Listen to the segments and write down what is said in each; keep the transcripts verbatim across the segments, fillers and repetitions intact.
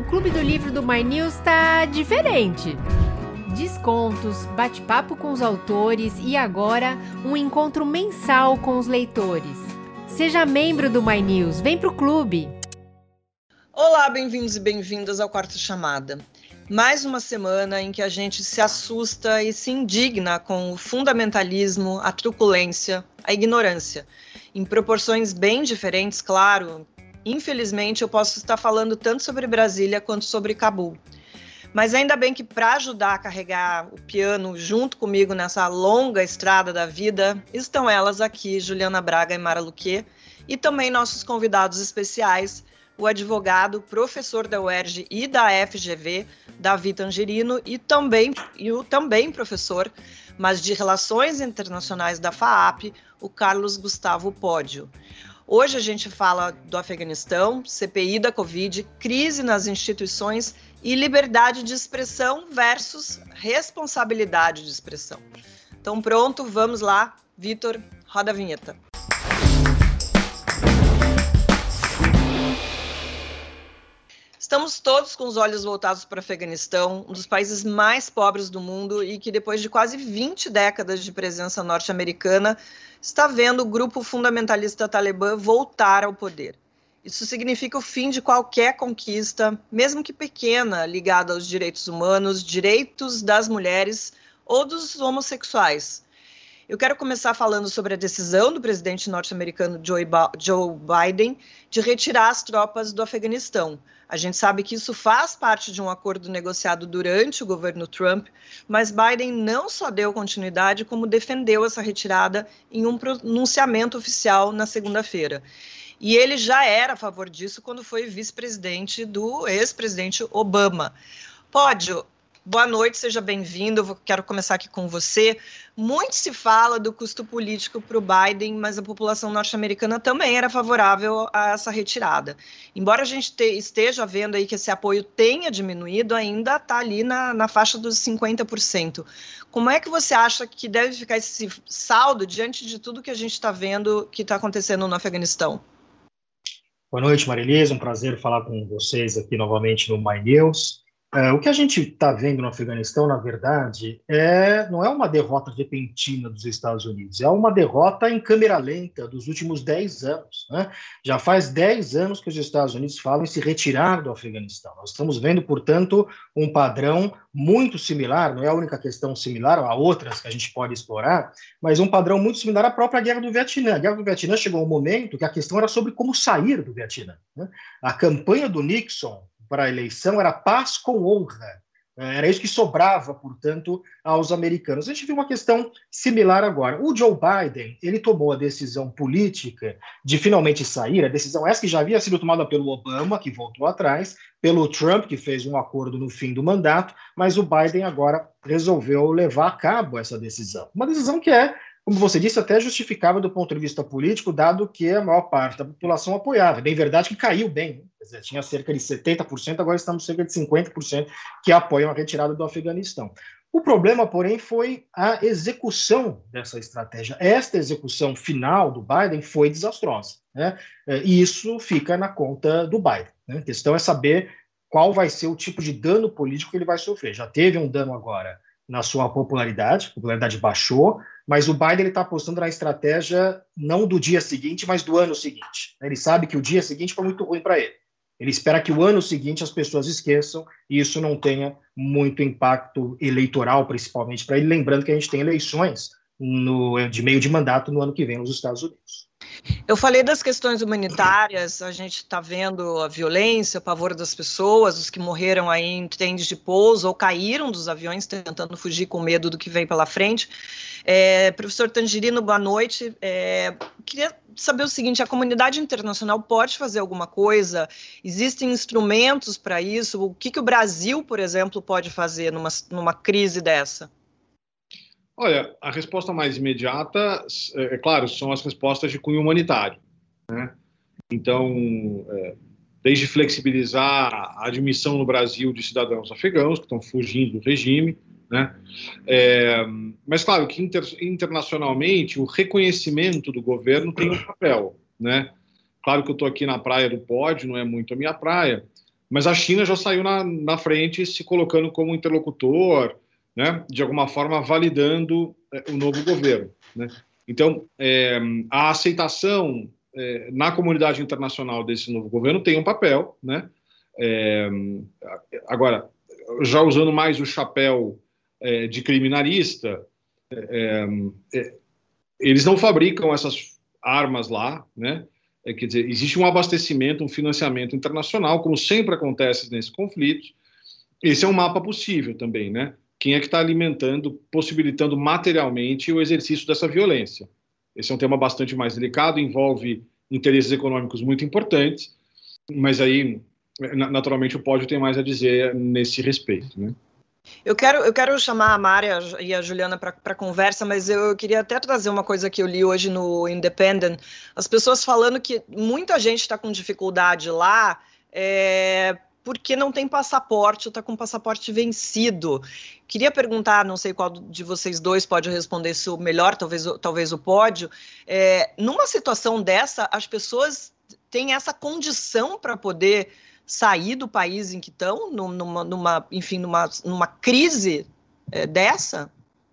Clube do Livro do My News tá diferente. Descontos, bate-papo com os autores e agora um encontro mensal com os leitores. Seja membro do My News, vem pro clube! Olá, bem-vindos e bem-vindas ao Quarto Chamada. Mais uma semana em que a gente se assusta e se indigna com o fundamentalismo, a truculência, a ignorância. Em proporções bem diferentes, claro. Infelizmente, eu posso estar falando tanto sobre Brasília quanto sobre Cabul. Mas ainda bem que, para ajudar a carregar o piano junto comigo nessa longa estrada da vida, estão elas aqui, Juliana Braga e Mara Luque, e também nossos convidados especiais, o advogado, professor da U E R J e da F G V, Davi Tangerino, e, também, e o também professor, mas de Relações Internacionais da FAAP, o Carlos Gustavo Pódio. Hoje a gente fala do Afeganistão, C P I da Covid, crise nas instituições e liberdade de expressão versus responsabilidade de expressão. Então pronto, vamos lá. Vitor, roda a vinheta. Estamos todos com os olhos voltados para o Afeganistão, um dos países mais pobres do mundo e que depois de quase vinte décadas de presença norte-americana, está vendo o grupo fundamentalista talibã voltar ao poder. Isso significa o fim de qualquer conquista, mesmo que pequena, ligada aos direitos humanos, direitos das mulheres ou dos homossexuais. Eu quero começar falando sobre a decisão do presidente norte-americano Joe Biden de retirar as tropas do Afeganistão. A gente sabe que isso faz parte de um acordo negociado durante o governo Trump, mas Biden não só deu continuidade, como defendeu essa retirada em um pronunciamento oficial na segunda-feira. E ele já era a favor disso quando foi vice-presidente do ex-presidente Obama. Pódio, boa noite, seja bem-vindo. Eu quero começar aqui com você. Muito se fala do custo político para o Biden, mas a população norte-americana também era favorável a essa retirada. Embora a gente te, esteja vendo aí que esse apoio tenha diminuído, ainda está ali na, na faixa dos cinquenta por cento. Como é que você acha que deve ficar esse saldo diante de tudo que a gente está vendo que está acontecendo no Afeganistão? Boa noite, Marilisa. Um prazer falar com vocês aqui novamente no My News. É, o que a gente está vendo no Afeganistão, na verdade, é, não é uma derrota repentina dos Estados Unidos, é uma derrota em câmera lenta dos últimos dez anos. Né? Já faz dez anos que os Estados Unidos falam em se retirar do Afeganistão. Nós estamos vendo, portanto, um padrão muito similar, não é a única questão similar, há outras que a gente pode explorar, mas um padrão muito similar à própria Guerra do Vietnã. A Guerra do Vietnã chegou um momento que a questão era sobre como sair do Vietnã. Né? A campanha do Nixon para a eleição era paz com honra. Era isso que sobrava, portanto, aos americanos. A gente viu uma questão similar agora. O Joe Biden, ele tomou a decisão política de finalmente sair, a decisão essa que já havia sido tomada pelo Obama, que voltou atrás, pelo Trump, que fez um acordo no fim do mandato, mas o Biden agora resolveu levar a cabo essa decisão. Uma decisão que é, como você disse, até justificável do ponto de vista político, dado que a maior parte da população apoiava. É bem verdade que caiu bem, né? Quer dizer, tinha cerca de setenta por cento, agora estamos cerca de cinquenta por cento que apoiam a retirada do Afeganistão. O problema, porém, foi a execução dessa estratégia. Esta execução final do Biden foi desastrosa, né? E isso fica na conta do Biden, né? A questão é saber qual vai ser o tipo de dano político que ele vai sofrer. Já teve um dano agora na sua popularidade, a popularidade baixou, mas o Biden está apostando na estratégia não do dia seguinte, mas do ano seguinte. Ele sabe que o dia seguinte foi muito ruim para ele. Ele espera que o ano seguinte as pessoas esqueçam e isso não tenha muito impacto eleitoral, principalmente para ele. Lembrando que a gente tem eleições no, de meio de mandato no ano que vem nos Estados Unidos. Eu falei das questões humanitárias, a gente está vendo a violência, o pavor das pessoas, os que morreram aí em trens de pouso ou caíram dos aviões tentando fugir com medo do que vem pela frente. É, professor Tangerino, boa noite. É, queria saber o seguinte, a comunidade internacional pode fazer alguma coisa? Existem instrumentos para isso? O que, que o Brasil, por exemplo, pode fazer numa, numa crise dessa? Olha, a resposta mais imediata, é claro, são as respostas de cunho humanitário, né? Então, é, desde flexibilizar a admissão no Brasil de cidadãos afegãos que estão fugindo do regime, né? É, mas, claro, que inter, internacionalmente o reconhecimento do governo tem um papel, né? Claro que eu estou aqui na praia do Pódio, não é muito a minha praia, mas a China já saiu na, na frente, se colocando como interlocutor, né, de alguma forma validando é, o novo governo, né? Então, é, a aceitação é, na comunidade internacional desse novo governo tem um papel, né? É, agora, já usando mais o chapéu é, de criminalista, é, é, eles não fabricam essas armas lá, né? É, quer dizer, existe um abastecimento, um financiamento internacional, como sempre acontece nesses conflitos. Esse é um mapa possível também, né? Quem é que está alimentando, possibilitando materialmente o exercício dessa violência? Esse é um tema bastante mais delicado, envolve interesses econômicos muito importantes, mas aí, naturalmente, o pódio tem mais a dizer nesse respeito, né? Eu quero, eu quero chamar a Mária e a Juliana para conversa, mas eu queria até trazer uma coisa que eu li hoje no Independent. As pessoas falando que muita gente está com dificuldade lá é, porque não tem passaporte ou está com passaporte vencido. Queria perguntar, não sei qual de vocês dois pode responder isso melhor, talvez, talvez o pódio. É, numa situação dessa, as pessoas têm essa condição para poder sair do país em que estão, numa, numa, enfim, numa, numa crise é, dessa?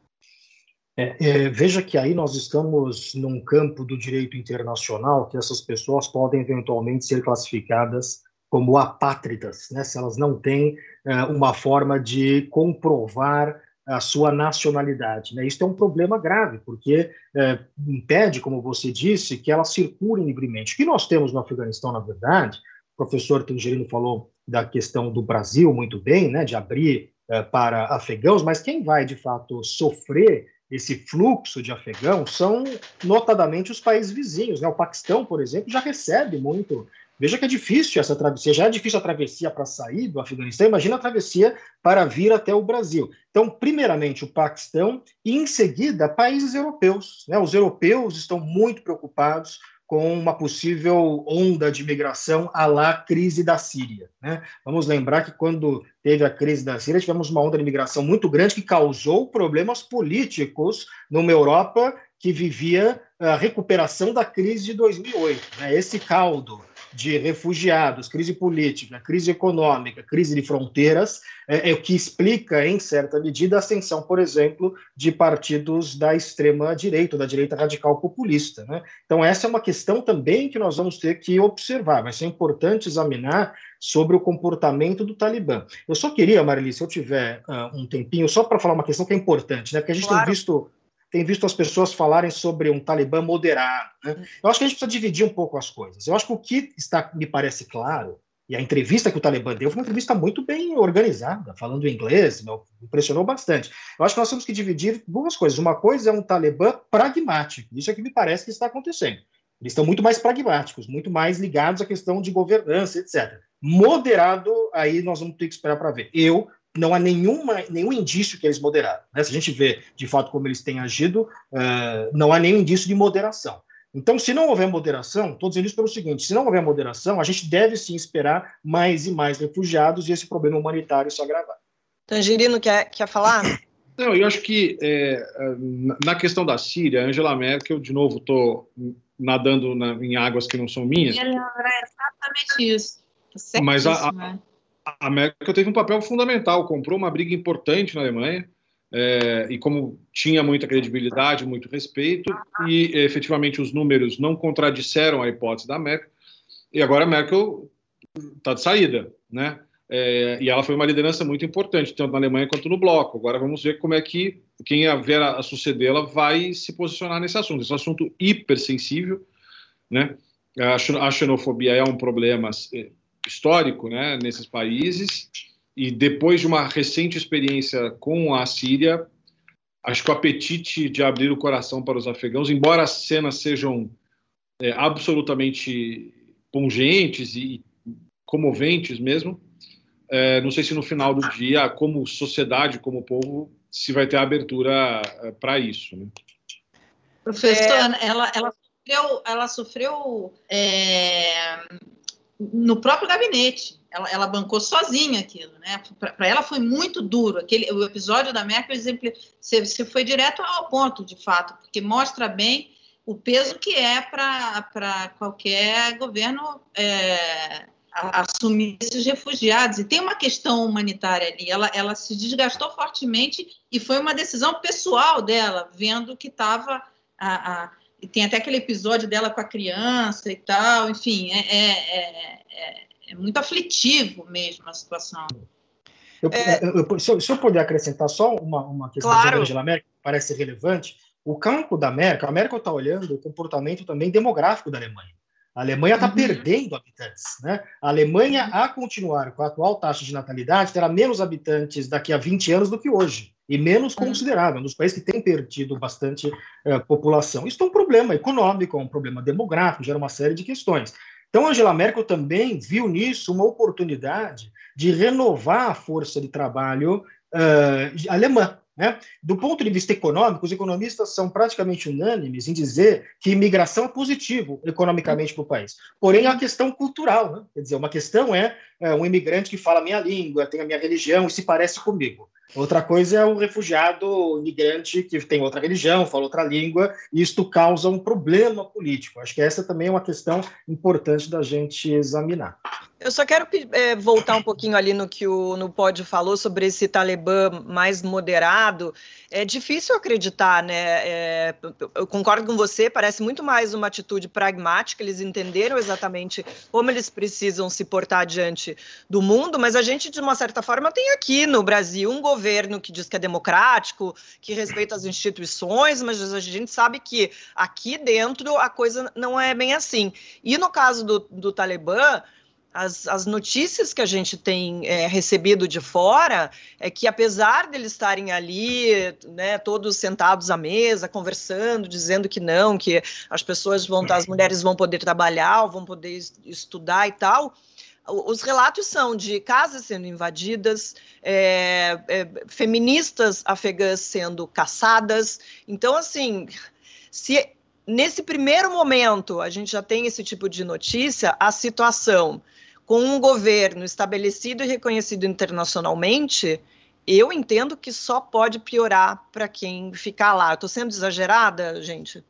É, é, veja que aí nós estamos num campo do direito internacional que essas pessoas podem eventualmente ser classificadas como apátridas, né, se elas não têm é, uma forma de comprovar a sua nacionalidade, né? Isso é um problema grave, porque é, impede, como você disse, que elas circulem livremente. O que nós temos no Afeganistão, na verdade, o professor Tangerino falou da questão do Brasil muito bem, né, de abrir é, para afegãos, mas quem vai, de fato, sofrer esse fluxo de afegãos são, notadamente, os países vizinhos, né? O Paquistão, por exemplo, já recebe muito. Veja que é difícil essa travessia, já é difícil a travessia para sair do Afeganistão, imagina a travessia para vir até o Brasil. Então, primeiramente, o Paquistão e, em seguida, países europeus, né? Os europeus estão muito preocupados com uma possível onda de migração à la crise da Síria, né? Vamos lembrar que quando teve a crise da Síria, tivemos uma onda de migração muito grande que causou problemas políticos numa Europa que vivia a recuperação da crise de dois mil e oito, né? Esse caldo de refugiados, crise política, crise econômica, crise de fronteiras, é, é o que explica, em certa medida, a ascensão, por exemplo, de partidos da extrema-direita, da direita radical populista, né? Então, essa é uma questão também que nós vamos ter que observar. Vai ser importante examinar sobre o comportamento do Talibã. Eu só queria, Marili, se eu tiver uh, um tempinho, só para falar uma questão que é importante, né? Porque a gente claro. tem visto... tem visto as pessoas falarem sobre um Talibã moderado, né? Eu acho que a gente precisa dividir um pouco as coisas. Eu acho que o que está, me parece claro, e a entrevista que o Talibã deu foi uma entrevista muito bem organizada, falando inglês, me impressionou bastante. Eu acho que nós temos que dividir duas coisas. Uma coisa é um Talibã pragmático, isso é que me parece que está acontecendo. Eles estão muito mais pragmáticos, muito mais ligados à questão de governança, etcétera. Moderado, aí nós vamos ter que esperar para ver. Eu não há nenhuma, nenhum indício que eles moderaram, né? Se a gente vê, de fato, como eles têm agido, uh, não há nenhum indício de moderação. Então, se não houver moderação, estou dizendo isso pelo seguinte, se não houver moderação, a gente deve sim esperar mais e mais refugiados e esse problema humanitário se agravar. Tangerino, quer, quer falar? Não, eu acho que é, na questão da Síria, Angela Merkel, de novo, estou nadando na, em águas que não são minhas. É exatamente isso. Mas a, a, a Merkel teve um papel fundamental, comprou uma briga importante na Alemanha, é, e como tinha muita credibilidade, muito respeito, e efetivamente os números não contradisseram a hipótese da Merkel, e agora a Merkel está de saída, né? É, e ela foi uma liderança muito importante, tanto na Alemanha quanto no bloco. Agora vamos ver como é que quem vier a, a sucedê-la vai se posicionar nesse assunto. Esse assunto hipersensível, né? A, a xenofobia é um problema histórico, né, nesses países, e depois de uma recente experiência com a Síria, acho que o apetite de abrir o coração para os afegãos, embora as cenas sejam é, absolutamente pungentes e comoventes mesmo, é, não sei se no final do dia, como sociedade, como povo, se vai ter abertura é, para isso, né? Professora, é... ela, ela sofreu, ela sofreu é... no próprio gabinete, ela, ela bancou sozinha aquilo, né? Para ela foi muito duro. Aquele, o episódio da Merkel, exemplo, você, você foi direto ao ponto, de fato, porque mostra bem o peso que é para qualquer governo é, a assumir esses refugiados. E tem uma questão humanitária ali, ela, ela se desgastou fortemente e foi uma decisão pessoal dela, vendo que estava... E tem até aquele episódio dela com a criança e tal, enfim, é, é, é, é muito aflitivo mesmo a situação. Eu, é... eu, eu, se, eu, se eu puder acrescentar só uma, uma questão claro. da Angela Merkel, que parece relevante, o campo da Merkel, a Merkel está olhando o comportamento também demográfico da Alemanha. A Alemanha está uhum. perdendo habitantes, né? A Alemanha, a continuar com a atual taxa de natalidade, terá menos habitantes daqui a vinte anos do que hoje, e menos considerável, um dos países que tem perdido bastante uh, população. Isso é um problema econômico, é um problema demográfico, gera uma série de questões. Então, Angela Merkel também viu nisso uma oportunidade de renovar a força de trabalho uh, alemã. Né? Do ponto de vista econômico, os economistas são praticamente unânimes em dizer que imigração é positivo economicamente para o país. Porém, a questão cultural, né? Quer dizer, uma questão é, é um imigrante que fala a minha língua, tem a minha religião e se parece comigo. Outra coisa é o refugiado imigrante que tem outra religião, fala outra língua, e isto causa um problema político. Acho que essa também é uma questão importante da gente examinar. Eu só quero é, voltar um pouquinho ali no que o no Pod falou sobre esse Talibã mais moderado. É difícil acreditar, né? É, eu concordo com você, parece muito mais uma atitude pragmática, eles entenderam exatamente como eles precisam se portar diante do mundo, mas a gente, de uma certa forma, tem aqui no Brasil um governo que diz que é democrático, que respeita as instituições, mas a gente sabe que aqui dentro a coisa não é bem assim. E no caso do, do Talibã, As, as notícias que a gente tem é, recebido de fora é que, apesar deles estarem ali, né, todos sentados à mesa, conversando, dizendo que não, que as pessoas vão, as mulheres vão poder trabalhar, vão poder estudar e tal, os relatos são de casas sendo invadidas, é, é, feministas afegãs sendo caçadas. Então, assim, se nesse primeiro momento a gente já tem esse tipo de notícia, a situação com um governo estabelecido e reconhecido internacionalmente, eu entendo que só pode piorar para quem ficar lá. Estou sendo exagerada, gente?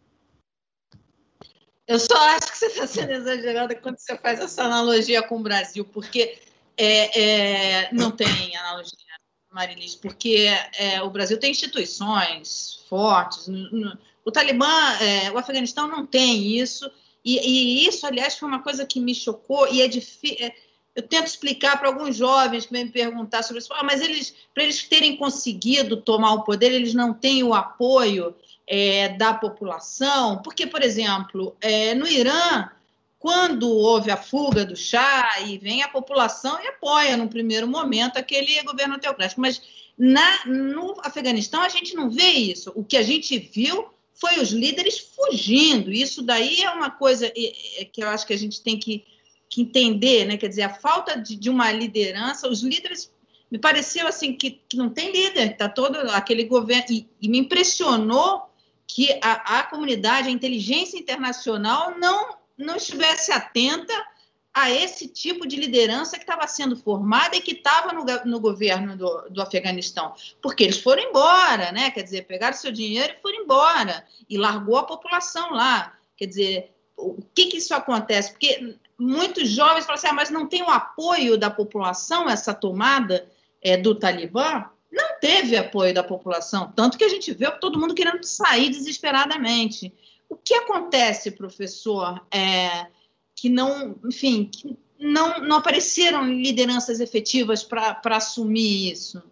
Eu só acho que você está sendo exagerada quando você faz essa analogia com o Brasil, porque é, é, não tem analogia, Marilis, porque é, o Brasil tem instituições fortes. No, no, o Talibã, é, o Afeganistão não tem isso. E, e isso, aliás, foi uma coisa que me chocou, e é difícil. Eu tento explicar para alguns jovens que vêm me perguntar sobre isso, ah, mas eles, para eles terem conseguido tomar o poder, eles não têm o apoio é, da população, porque, por exemplo, é, no Irã, quando houve a fuga do Shah, e vem a população e apoia, no primeiro momento, aquele governo teocrático, mas na, no Afeganistão a gente não vê isso. O que a gente viu foi os líderes fugindo. Isso daí é uma coisa que eu acho que a gente tem que, que entender, né? Quer dizer, a falta de, de uma liderança, os líderes, me pareceu assim que, que não tem líder, está todo aquele governo, e, e me impressionou que a, a comunidade, a inteligência internacional não, não estivesse atenta a esse tipo de liderança que estava sendo formada e que estava no, no governo do, do Afeganistão, porque eles foram embora, né? Quer dizer, pegaram seu dinheiro e foram embora, e largou a população lá. Quer dizer, o que que isso acontece? Porque muitos jovens falam assim, ah, mas não tem o apoio da população essa tomada é, do Talibã? Não teve apoio da população, tanto que a gente vê todo mundo querendo sair desesperadamente. O que acontece, professor, é... que não, enfim, que não, não apareceram lideranças efetivas para assumir isso?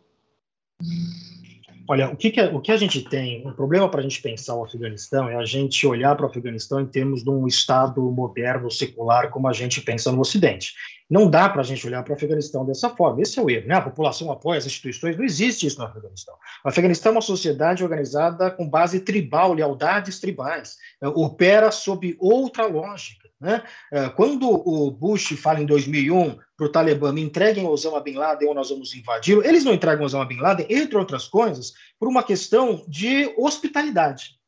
Olha, o que, que, o que a gente tem, um problema para a gente pensar o Afeganistão é a gente olhar para o Afeganistão em termos de um Estado moderno, secular, como a gente pensa no Ocidente. Não dá para a gente olhar para o Afeganistão dessa forma. Esse é o erro, né? A população apoia as instituições, não existe isso no Afeganistão. O Afeganistão é uma sociedade organizada com base tribal, lealdades tribais, opera sob outra lógica, né? Quando o Bush fala em dois mil e um para o Talibã, me entreguem Osama Bin Laden ou nós vamos invadi-lo, eles não entregam Osama Bin Laden, entre outras coisas, por uma questão de hospitalidade.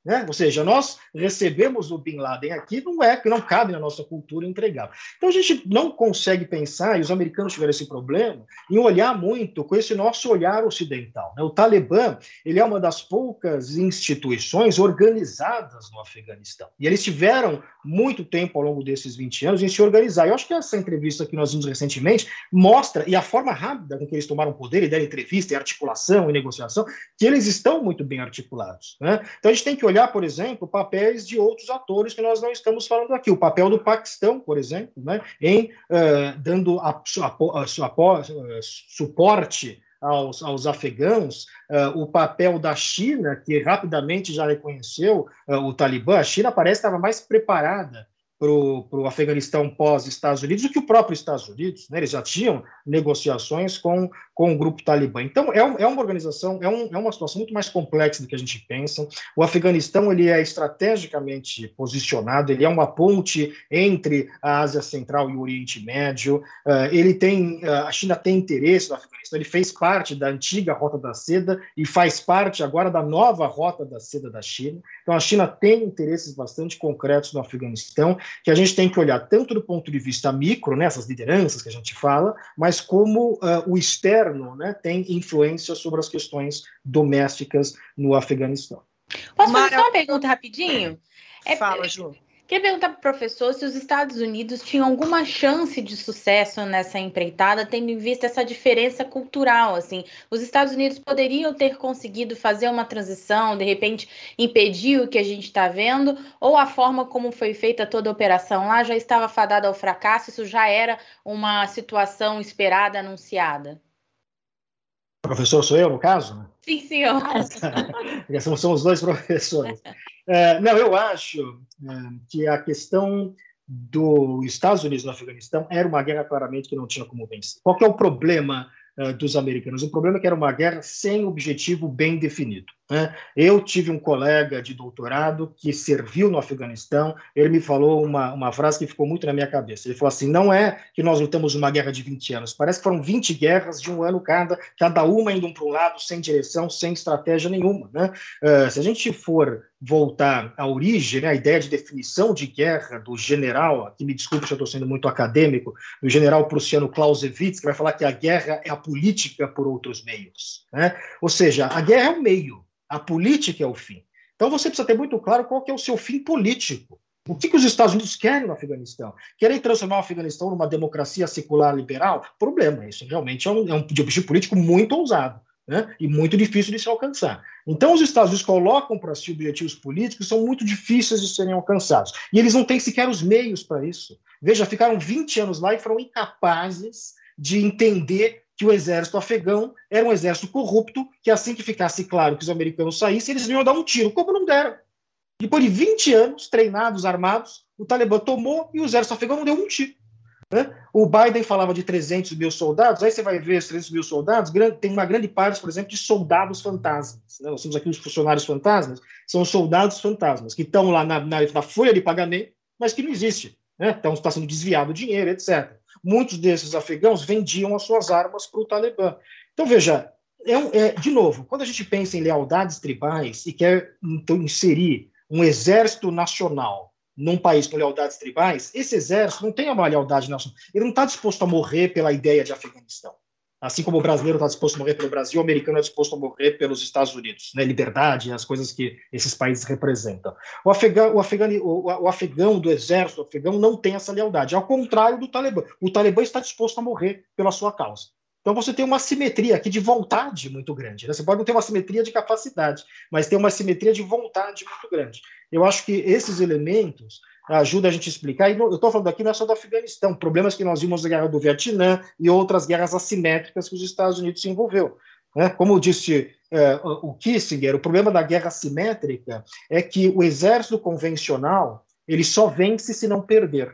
Né? Ou seja, nós recebemos o Bin Laden aqui, não é que não cabe na nossa cultura entregá-lo. Então a gente não consegue pensar, e os americanos tiveram esse problema, em olhar muito com esse nosso olhar ocidental. Né? O Talibã, ele é uma das poucas instituições organizadas no Afeganistão. E eles tiveram muito tempo ao longo desses vinte anos em se organizar. Eu acho que essa entrevista que nós vimos recentemente mostra, e a forma rápida com que eles tomaram poder e deram entrevista, e articulação e negociação, que eles estão muito bem articulados. Né? Então a gente tem que olhar, por exemplo, papéis de outros atores que nós não estamos falando aqui. O papel do Paquistão, por exemplo, né, em uh, dando a, a, a, a, suporte aos, aos afegãos, uh, o papel da China, que rapidamente já reconheceu uh, o Talibã. A China parece que estava mais preparada para o Afeganistão pós-Estados Unidos do que o próprio Estados Unidos, né? Eles já tinham negociações com, com o grupo Talibã. Então, é, um, é uma organização, é, um, é uma situação muito mais complexa do que a gente pensa. O Afeganistão ele é estrategicamente posicionado, ele é uma ponte entre a Ásia Central e o Oriente Médio. Uh, ele tem, uh, a China tem interesse no Afeganistão, ele fez parte da antiga Rota da Seda e faz parte agora da nova Rota da Seda da China. Então, a China tem interesses bastante concretos no Afeganistão, que a gente tem que olhar tanto do ponto de vista micro, né, essas lideranças que a gente fala, mas como uh, o externo, né, tem influência sobre as questões domésticas no Afeganistão. Posso fazer só uma pergunta rapidinho? É, Fala, Ju. Queria perguntar para o professor se os Estados Unidos tinham alguma chance de sucesso nessa empreitada, tendo em vista essa diferença cultural, assim. Os Estados Unidos poderiam ter conseguido fazer uma transição, de repente impedir o que a gente está vendo, ou a forma como foi feita toda a operação lá já estava fadada ao fracasso, isso já era uma situação esperada, anunciada? O professor sou eu, no caso? Sim, senhor. são, são os dois professores. É, não, eu acho é, que a questão dos Estados Unidos no Afeganistão era uma guerra claramente que não tinha como vencer. Qual que é o problema uh, dos americanos? O problema é que era uma guerra sem objetivo bem definido. Né? Eu tive um colega de doutorado que serviu no Afeganistão, ele me falou uma, uma frase que ficou muito na minha cabeça. Ele falou assim, não é que nós lutamos uma guerra de vinte anos, parece que foram vinte guerras de um ano cada, cada uma indo para um lado, sem direção, sem estratégia nenhuma. Né? Uh, se a gente for voltar à origem, né, a ideia de definição de guerra do general, aqui me desculpe se eu estou sendo muito acadêmico, do general prussiano Clausewitz, que vai falar que a guerra é a política por outros meios. Né? Ou seja, a guerra é o meio, a política é o fim. Então você precisa ter muito claro qual que é o seu fim político. O que, que os Estados Unidos querem no Afeganistão? Querem transformar o Afeganistão numa democracia secular liberal? Problema, isso realmente é um, é um objetivo político muito ousado. Né? E muito difícil de se alcançar. Então, os Estados Unidos colocam para si objetivos políticos que são muito difíceis de serem alcançados. E eles não têm sequer os meios para isso. Veja, ficaram vinte anos lá e foram incapazes de entender que o exército afegão era um exército corrupto, que assim que ficasse claro que os americanos saíssem, eles iam dar um tiro, como não deram. Depois de vinte anos, treinados, armados, o Talibã tomou e o exército afegão não deu um tiro. Né? O Biden falava de trezentos mil soldados, aí você vai ver os trezentos mil soldados, tem uma grande parte, por exemplo, de soldados fantasmas. Né? Nós temos aqui os funcionários fantasmas, são os soldados fantasmas, que estão lá na, na, na folha de pagamento, mas que não existe. Né? Então está sendo desviado o dinheiro, etcétera. Muitos desses afegãos vendiam as suas armas para o Talibã. Então, veja, é, é, de novo, quando a gente pensa em lealdades tribais e quer então, inserir um exército nacional num país com lealdades tribais, esse exército não tem uma lealdade nacional. Ele não está disposto a morrer pela ideia de Afeganistão. Assim como o brasileiro está disposto a morrer pelo Brasil, o americano é disposto a morrer pelos Estados Unidos. Né? Liberdade, as coisas que esses países representam. O afegão, o, afegão, o, o afegão do exército o afegão não tem essa lealdade. Ao contrário do Talibã. O Talibã está disposto a morrer pela sua causa. Então você tem uma simetria aqui de vontade muito grande. Né? Você pode não ter uma simetria de capacidade, mas tem uma simetria de vontade muito grande. Eu acho que esses elementos ajudam a gente a explicar, e eu estou falando aqui não é só do Afeganistão, problemas que nós vimos na guerra do Vietnã e outras guerras assimétricas que os Estados Unidos se envolveu. Né? Como disse é, o Kissinger, o problema da guerra assimétrica é que o exército convencional ele só vence se não perder.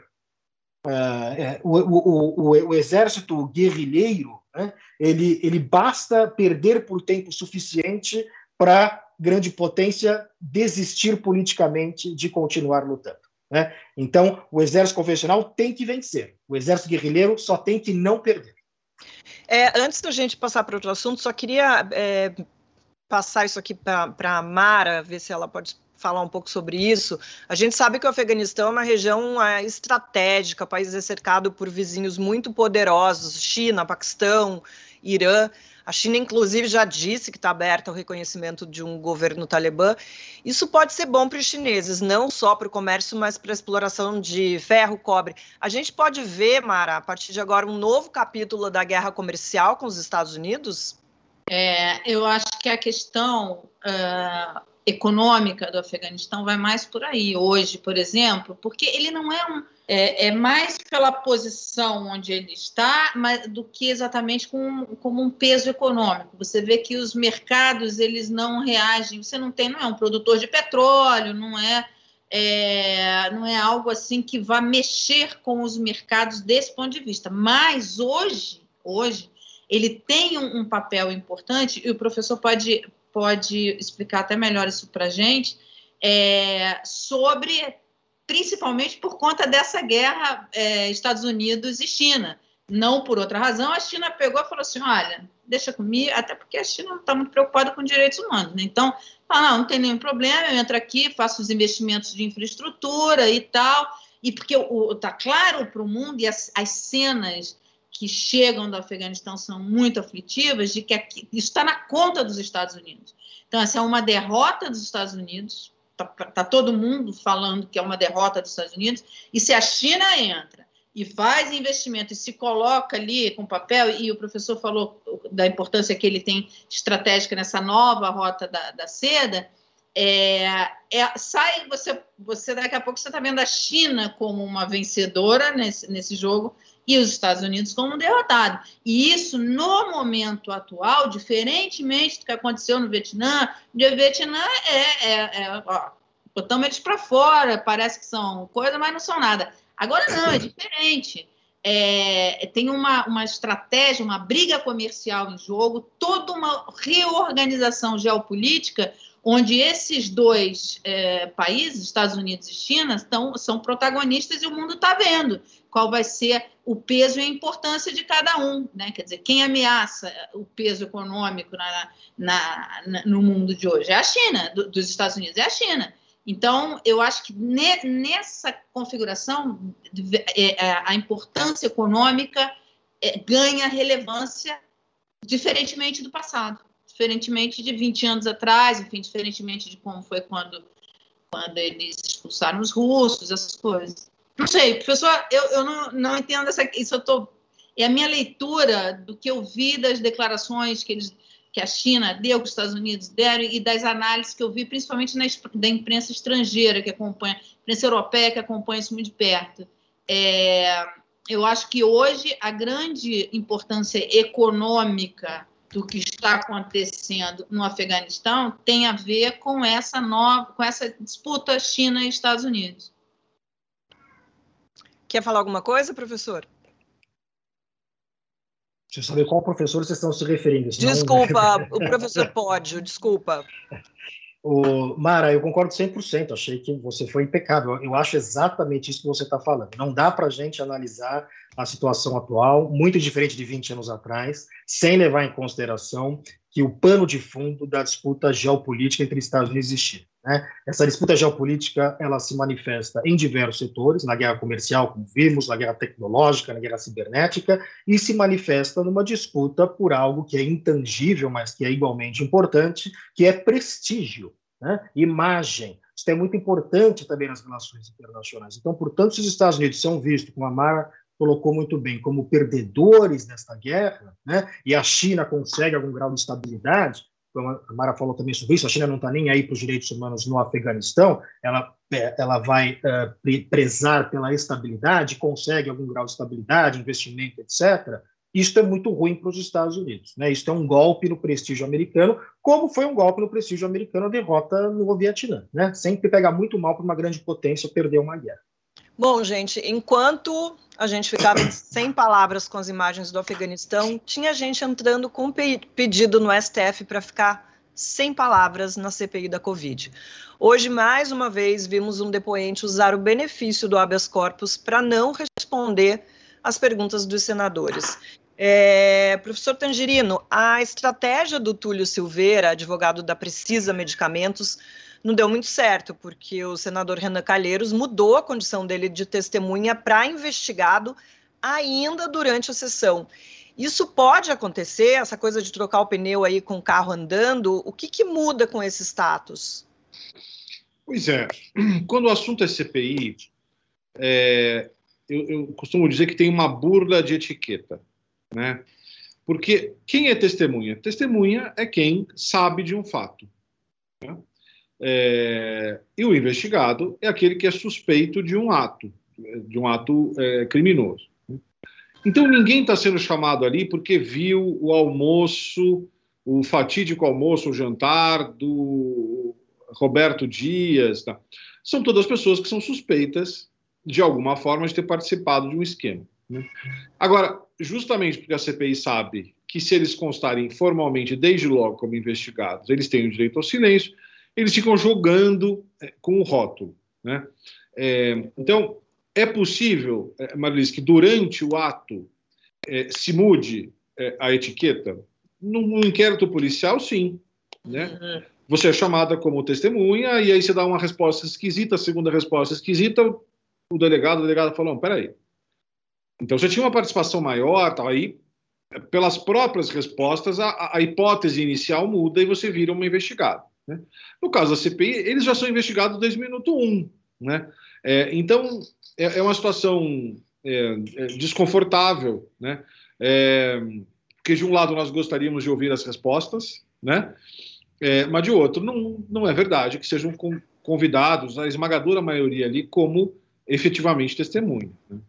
Uh, o, o, o, o exército guerrilheiro, né, ele, ele basta perder por tempo suficiente para grande potência desistir politicamente de continuar lutando. Né? Então, o exército convencional tem que vencer. O exército guerrilheiro só tem que não perder. É, antes da gente passar para outro assunto, só queria é, passar isso aqui para a Mara, ver se ela pode falar um pouco sobre isso. A gente sabe que o Afeganistão é uma região é, estratégica, o país é cercado por vizinhos muito poderosos, China, Paquistão, Irã. A China, inclusive, já disse que está aberta ao reconhecimento de um governo talibã. Isso pode ser bom para os chineses, não só para o comércio, mas para a exploração de ferro, cobre. A gente pode ver, Mara, a partir de agora, um novo capítulo da guerra comercial com os Estados Unidos? É, eu acho que a questão uh, econômica do Afeganistão vai mais por aí hoje, por exemplo, porque ele não é um... É, é mais pela posição onde ele está, mas, do que exatamente com, como um peso econômico. Você vê que os mercados, eles não reagem, você não tem, não é um produtor de petróleo, não é, é, não é algo assim que vá mexer com os mercados desse ponto de vista. Mas hoje, hoje ele tem um, um papel importante, e o professor pode, pode explicar até melhor isso para a gente, é, sobre... principalmente por conta dessa guerra é, Estados Unidos e China. Não por outra razão, a China pegou e falou assim, olha, deixa comigo, até porque a China não está muito preocupada com direitos humanos, né? Então, ah, não, não tem nenhum problema, eu entro aqui, faço os investimentos de infraestrutura e tal, e porque está claro para o mundo, e as, as cenas que chegam do Afeganistão são muito aflitivas, de que aqui, isso está na conta dos Estados Unidos. Então, essa é uma derrota dos Estados Unidos. Está tá todo mundo falando que é uma derrota dos Estados Unidos, e se a China entra e faz investimento e se coloca ali com papel, e o professor falou da importância que ele tem estratégica nessa nova rota da, da seda, é, é, sai, você, você daqui a pouco você está vendo a China como uma vencedora nesse, nesse jogo e os Estados Unidos como um derrotado. E isso, no momento atual, diferentemente do que aconteceu no Vietnã, o Vietnã é, é, é ó, botamos eles para fora, parece que são coisa, mas não são nada. Agora não, é diferente. É, tem uma, uma estratégia, uma briga comercial em jogo, toda uma reorganização geopolítica, onde esses dois é, países, Estados Unidos e China, estão, são protagonistas, e o mundo está vendo qual vai ser o peso e a importância de cada um, né? Quer dizer, quem ameaça o peso econômico na, na, na, no mundo de hoje é a China, do, dos Estados Unidos é a China. Então, eu acho que ne, nessa configuração, é, a importância econômica é, ganha relevância diferentemente do passado. Diferentemente de vinte anos atrás, enfim, diferentemente de como foi quando, quando eles expulsaram os russos, essas coisas. Não sei, professor, eu, eu não, não entendo essa, isso. Eu tô, é a minha leitura do que eu vi das declarações que, eles, que a China deu, que os Estados Unidos deram, e das análises que eu vi, principalmente na, da imprensa estrangeira, que acompanha, imprensa europeia, que acompanha isso muito de perto. É, eu acho que hoje a grande importância econômica do que está acontecendo no Afeganistão tem a ver com essa nova, com essa disputa China e Estados Unidos. Quer falar alguma coisa, professor? Deixa eu saber qual professor vocês estão se referindo. Senão... Desculpa, o professor Pódio, desculpa. O, Mara, eu concordo cem por cento, achei que você foi impecável. Eu acho exatamente isso que você está falando. Não dá para a gente analisar a situação atual, muito diferente de vinte anos atrás, sem levar em consideração que o pano de fundo da disputa geopolítica entre Estados Unidos e China, né? Essa disputa geopolítica, ela se manifesta em diversos setores, na guerra comercial, como vimos, na guerra tecnológica, na guerra cibernética, e se manifesta numa disputa por algo que é intangível, mas que é igualmente importante, que é prestígio, né? Imagem. Isso é muito importante também nas relações internacionais. Então, portanto, se os Estados Unidos são vistos, como a Mara colocou muito bem, como perdedores nesta guerra, né? E a China consegue algum grau de estabilidade, como a Mara falou também sobre isso, a China não está nem aí para os direitos humanos no Afeganistão, ela, ela vai uh, prezar pela estabilidade, consegue algum grau de estabilidade, investimento, etcétera. Isso é muito ruim para os Estados Unidos, né? Isso é um golpe no prestígio americano, como foi um golpe no prestígio americano a derrota no Vietnã, né? Sempre pega muito mal para uma grande potência perder uma guerra. Bom, gente, enquanto a gente ficava sem palavras com as imagens do Afeganistão, tinha gente entrando com um pedido no S T F para ficar sem palavras na C P I da Covid. Hoje, mais uma vez, vimos um depoente usar o benefício do habeas corpus para não responder às perguntas dos senadores. É, professor Tangerino, a estratégia do Túlio Silveira, advogado da Precisa Medicamentos, não deu muito certo, porque o senador Renan Calheiros mudou a condição dele de testemunha para investigado ainda durante a sessão. Isso pode acontecer, essa coisa de trocar o pneu aí com o carro andando, o que, que muda com esse status? Pois é, quando o assunto é C P I, é, eu, eu costumo dizer que tem uma burla de etiqueta, né? Porque quem é testemunha? Testemunha é quem sabe de um fato, né? É, e o investigado é aquele que é suspeito de um ato, de um ato é, criminoso. Então ninguém está sendo chamado ali porque viu o almoço, o fatídico almoço, o jantar do Roberto Dias. Tá? São todas pessoas que são suspeitas de alguma forma de ter participado de um esquema, né? Agora, justamente porque a C P I sabe que se eles constarem formalmente, desde logo como investigados, eles têm o direito ao silêncio, eles ficam jogando é, com o rótulo, né? É, então, é possível, é, Marilis, que durante o ato é, se mude é, a etiqueta? Num inquérito policial, sim, né? Uhum. Você é chamada como testemunha e aí você dá uma resposta esquisita, a segunda resposta esquisita, o delegado, o delegado falou, não, peraí. Então, você tinha uma participação maior, tá, aí, pelas próprias respostas, a, a hipótese inicial muda e você vira uma investigada, né? No caso da C P I, eles já são investigados desde o minuto um, né? É, então, é, é uma situação é, é desconfortável, né? É, porque, de um lado, nós gostaríamos de ouvir as respostas, né? É, mas, de outro, não, não é verdade que sejam convidados, a esmagadora maioria ali, como efetivamente testemunha, né?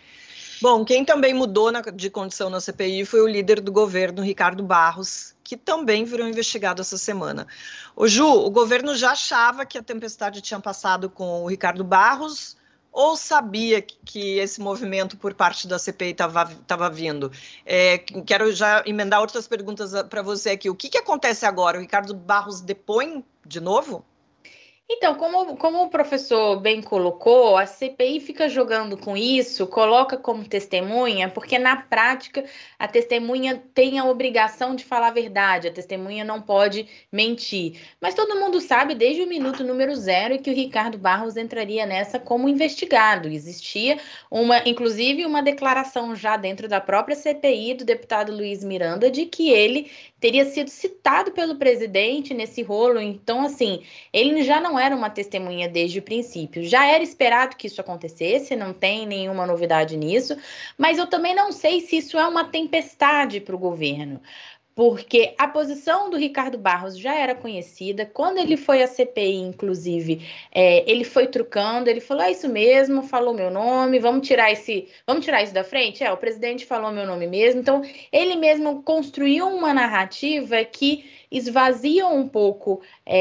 Bom, quem também mudou na, de condição na C P I foi o líder do governo, Ricardo Barros, que também virou investigado essa semana. Ô Ju, o governo já achava que a tempestade tinha passado com o Ricardo Barros ou sabia que, que esse movimento por parte da C P I estava vindo? É, quero já emendar outras perguntas para você aqui. O que, que acontece agora? O Ricardo Barros depõe de novo? Então, como, como o professor bem colocou, a C P I fica jogando com isso, coloca como testemunha, porque na prática a testemunha tem a obrigação de falar a verdade, a testemunha não pode mentir. Mas todo mundo sabe desde o minuto número zero que o Ricardo Barros entraria nessa como investigado. Existia, uma, inclusive, uma declaração já dentro da própria C P I do deputado Luiz Miranda de que ele teria sido citado pelo presidente nesse rolo. Então, assim, ele já não era uma testemunha desde o princípio. Já era esperado que isso acontecesse, não tem nenhuma novidade nisso, mas eu também não sei se isso é uma tempestade para o governo, porque a posição do Ricardo Barros já era conhecida. Quando ele foi à C P I, inclusive, é, ele foi trucando, ele falou, é isso mesmo, falou meu nome, vamos tirar esse, vamos tirar isso da frente? É, o presidente falou meu nome mesmo. Então, ele mesmo construiu uma narrativa que esvazia um pouco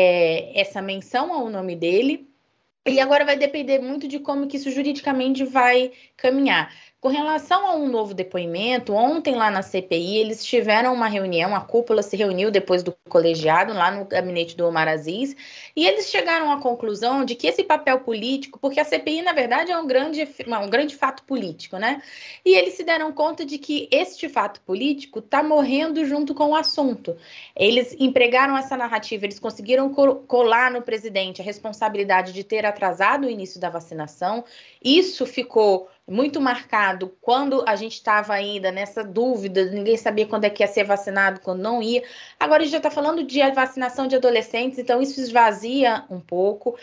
é, essa menção ao nome dele, e agora vai depender muito de como que isso juridicamente vai caminhar. Com relação a um novo depoimento, ontem lá na C P I, eles tiveram uma reunião, a cúpula se reuniu depois do colegiado, lá no gabinete do Omar Aziz, e eles chegaram à conclusão de que esse papel político, porque a C P I, na verdade, é um grande, um grande fato político, né? E eles se deram conta de que este fato político está morrendo junto com o assunto. Eles empregaram essa narrativa, eles conseguiram colar no presidente a responsabilidade de ter atrasado o início da vacinação. Isso ficou muito marcado quando a gente estava ainda nessa dúvida, ninguém sabia quando é que ia ser vacinado, quando não ia. Agora a gente já está falando de vacinação de adolescentes, então isso esvazia um pouco.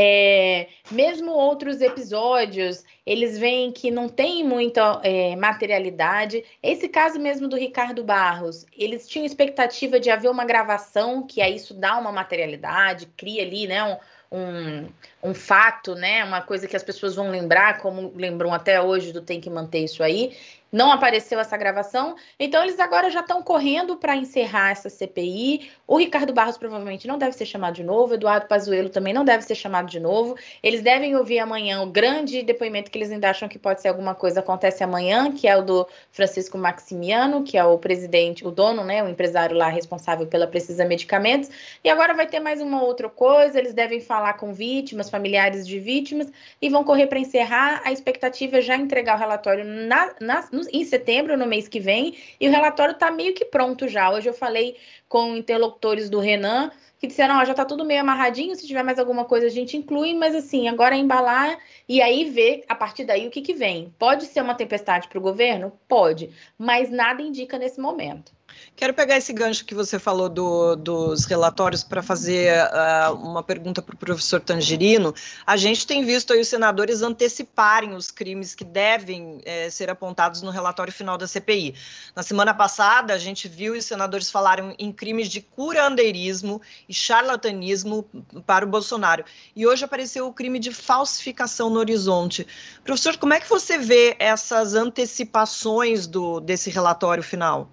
É, mesmo outros episódios, eles veem que não tem muita é, materialidade. Esse caso mesmo do Ricardo Barros, eles tinham expectativa de haver uma gravação, que aí isso dá uma materialidade, cria ali, né, um Um, um fato, né, uma coisa que as pessoas vão lembrar, como lembram até hoje do tem que manter isso aí. Não apareceu essa gravação, então eles agora já estão correndo para encerrar essa C P I. O Ricardo Barros provavelmente não deve ser chamado de novo, Eduardo Pazuello também não deve ser chamado de novo. Eles devem ouvir amanhã o grande depoimento que eles ainda acham que pode ser alguma coisa, acontece amanhã, que é o do Francisco Maximiano, que é o presidente, o dono, né, o empresário lá responsável pela Precisa Medicamentos. E agora vai ter mais uma outra coisa, eles devem falar com vítimas, familiares de vítimas, e vão correr para encerrar. A expectativa é já entregar o relatório na, na, no no, em setembro, no mês que vem, e o relatório está meio que pronto já. Hoje eu falei com interlocutores do Renan, que disseram, ó, já está tudo meio amarradinho, se tiver mais alguma coisa a gente inclui, mas assim, agora é embalar e aí ver, a partir daí, o que que vem. Pode ser uma tempestade para o governo? Pode, mas nada indica nesse momento. Quero pegar esse gancho que você falou do, dos relatórios para fazer uh, uma pergunta para o professor Tangerino. A gente tem visto aí os senadores anteciparem os crimes que devem eh, ser apontados no relatório final da C P I. Na semana passada, a gente viu os senadores falaram em crimes de curandeirismo e charlatanismo para o Bolsonaro. E hoje apareceu o crime de falsificação no horizonte. Professor, como é que você vê essas antecipações do, desse relatório final?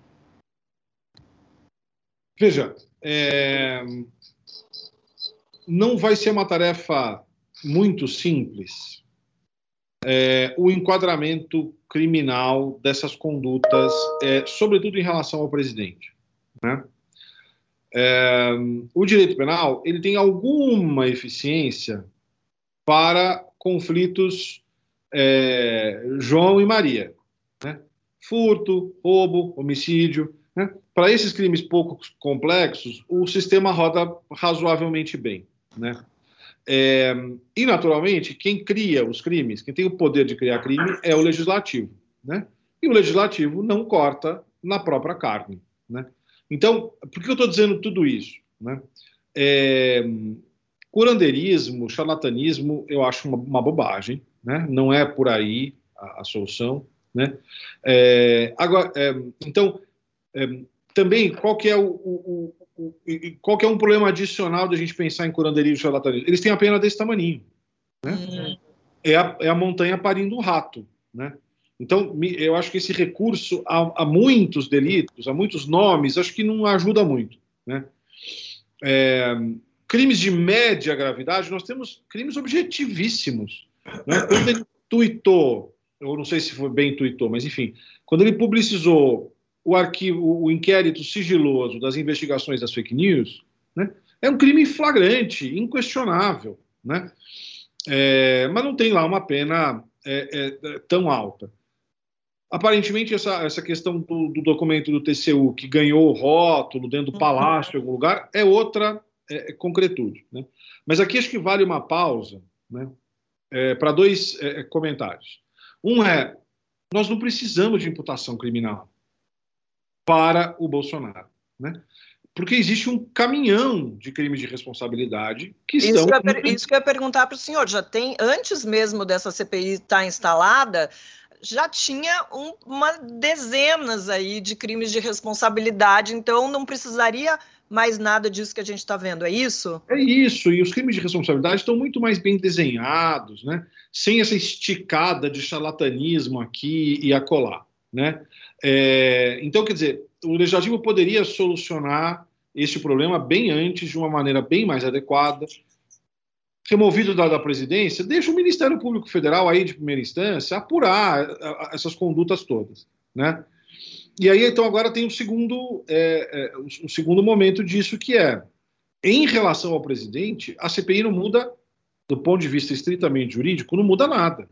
Veja, é, não vai ser uma tarefa muito simples é, o enquadramento criminal dessas condutas, é, sobretudo em relação ao presidente, né? É, o direito penal ele tem alguma eficiência para conflitos é, João e Maria, né? Furto, roubo, homicídio, né? Para esses crimes pouco complexos, o sistema roda razoavelmente bem, né? É, e, naturalmente, quem cria os crimes, quem tem o poder de criar crime é o legislativo, né? E o legislativo não corta na própria carne, né? Então, por que eu estou dizendo tudo isso, né? É, curandeirismo, charlatanismo, eu acho uma, uma bobagem, né? Não é por aí a, a solução, né? É, agora, é, então... É, também, qual que é o, o, o, o qual que é um problema adicional de a gente pensar em curandeirismo e charlatanismo? Eles têm a pena desse tamaninho, né? Uhum. É, a, é a montanha parindo um rato, né? Então, eu acho que esse recurso a, a muitos delitos, a muitos nomes, acho que não ajuda muito, né? É, crimes de média gravidade, nós temos crimes objetivíssimos, né? Quando ele tuitou, eu não sei se foi bem tuitou, mas enfim, quando ele publicizou o arquivo, o inquérito sigiloso das investigações das fake news, né, é um crime flagrante, inquestionável, né? É, mas não tem lá uma pena é, é, tão alta. Aparentemente, essa, essa questão do, do documento do T C U, que ganhou o rótulo dentro do palácio, em algum lugar, é outra é, concretude, né? Mas aqui acho que vale uma pausa, né, é, para dois é, comentários. Um é, nós não precisamos de imputação criminal para o Bolsonaro, né? Porque existe um caminhão de crimes de responsabilidade que estão... Isso que eu ia, isso que eu ia perguntar para o senhor, já tem, antes mesmo dessa C P I estar instalada, já tinha um, uma dezenas aí de crimes de responsabilidade, então não precisaria mais nada disso que a gente está vendo, é isso? É isso, e os crimes de responsabilidade estão muito mais bem desenhados, né? Sem essa esticada de charlatanismo aqui e acolá, né? É, então, quer dizer, o legislativo poderia solucionar este problema bem antes, de uma maneira bem mais adequada. Removido da, da presidência, deixa o Ministério Público Federal aí de primeira instância apurar a, a, essas condutas todas, né? E aí, então, agora tem um segundo, é, é, um segundo momento disso, que é, em relação ao presidente, a C P I não muda, do ponto de vista estritamente jurídico, não muda nada.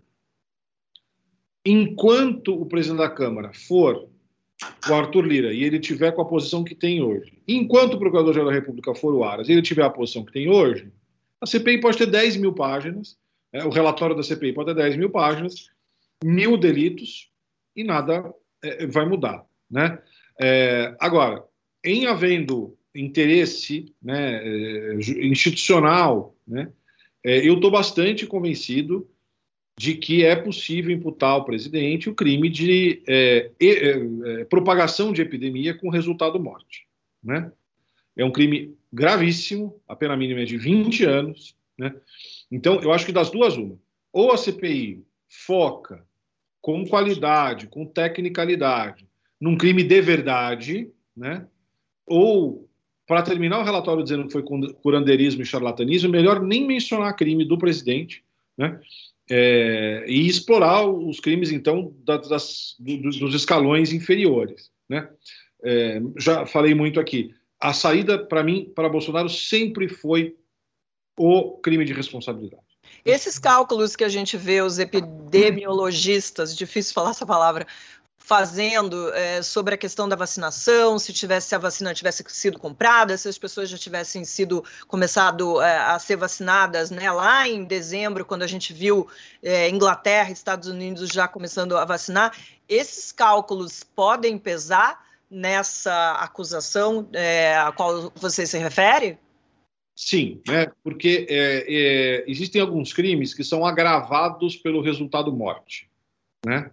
Enquanto o presidente da Câmara for o Arthur Lira e ele tiver com a posição que tem hoje, enquanto o Procurador-Geral da República for o Aras e ele tiver a posição que tem hoje, a C P I pode ter dez mil páginas, né, o relatório da C P I pode ter dez mil páginas, mil delitos e nada é, vai mudar, né? É, agora, em havendo interesse, né, institucional, né, é, eu estou bastante convencido de que é possível imputar ao presidente o crime de é, é, é, propagação de epidemia com resultado morte, né? É um crime gravíssimo, a pena mínima é de vinte anos, né? Então, eu acho que das duas, uma. Ou a C P I foca com qualidade, com tecnicalidade, num crime de verdade, né? Ou, para terminar o relatório dizendo que foi curandeirismo e charlatanismo, melhor nem mencionar crime do presidente, né? É, e explorar os crimes, então, das, das, dos escalões inferiores, né? É, já falei muito aqui. A saída, para mim, para Bolsonaro, sempre foi o crime de responsabilidade. Esses cálculos que a gente vê, os epidemiologistas, difícil falar essa palavra, fazendo é, sobre a questão da vacinação, se tivesse se a vacina tivesse sido comprada, se as pessoas já tivessem sido começado é, a ser vacinadas, né, lá em dezembro, quando a gente viu é, Inglaterra e Estados Unidos já começando a vacinar. Esses cálculos podem pesar nessa acusação é, a qual você se refere? Sim, né, porque é, é, existem alguns crimes que são agravados pelo resultado morte, né?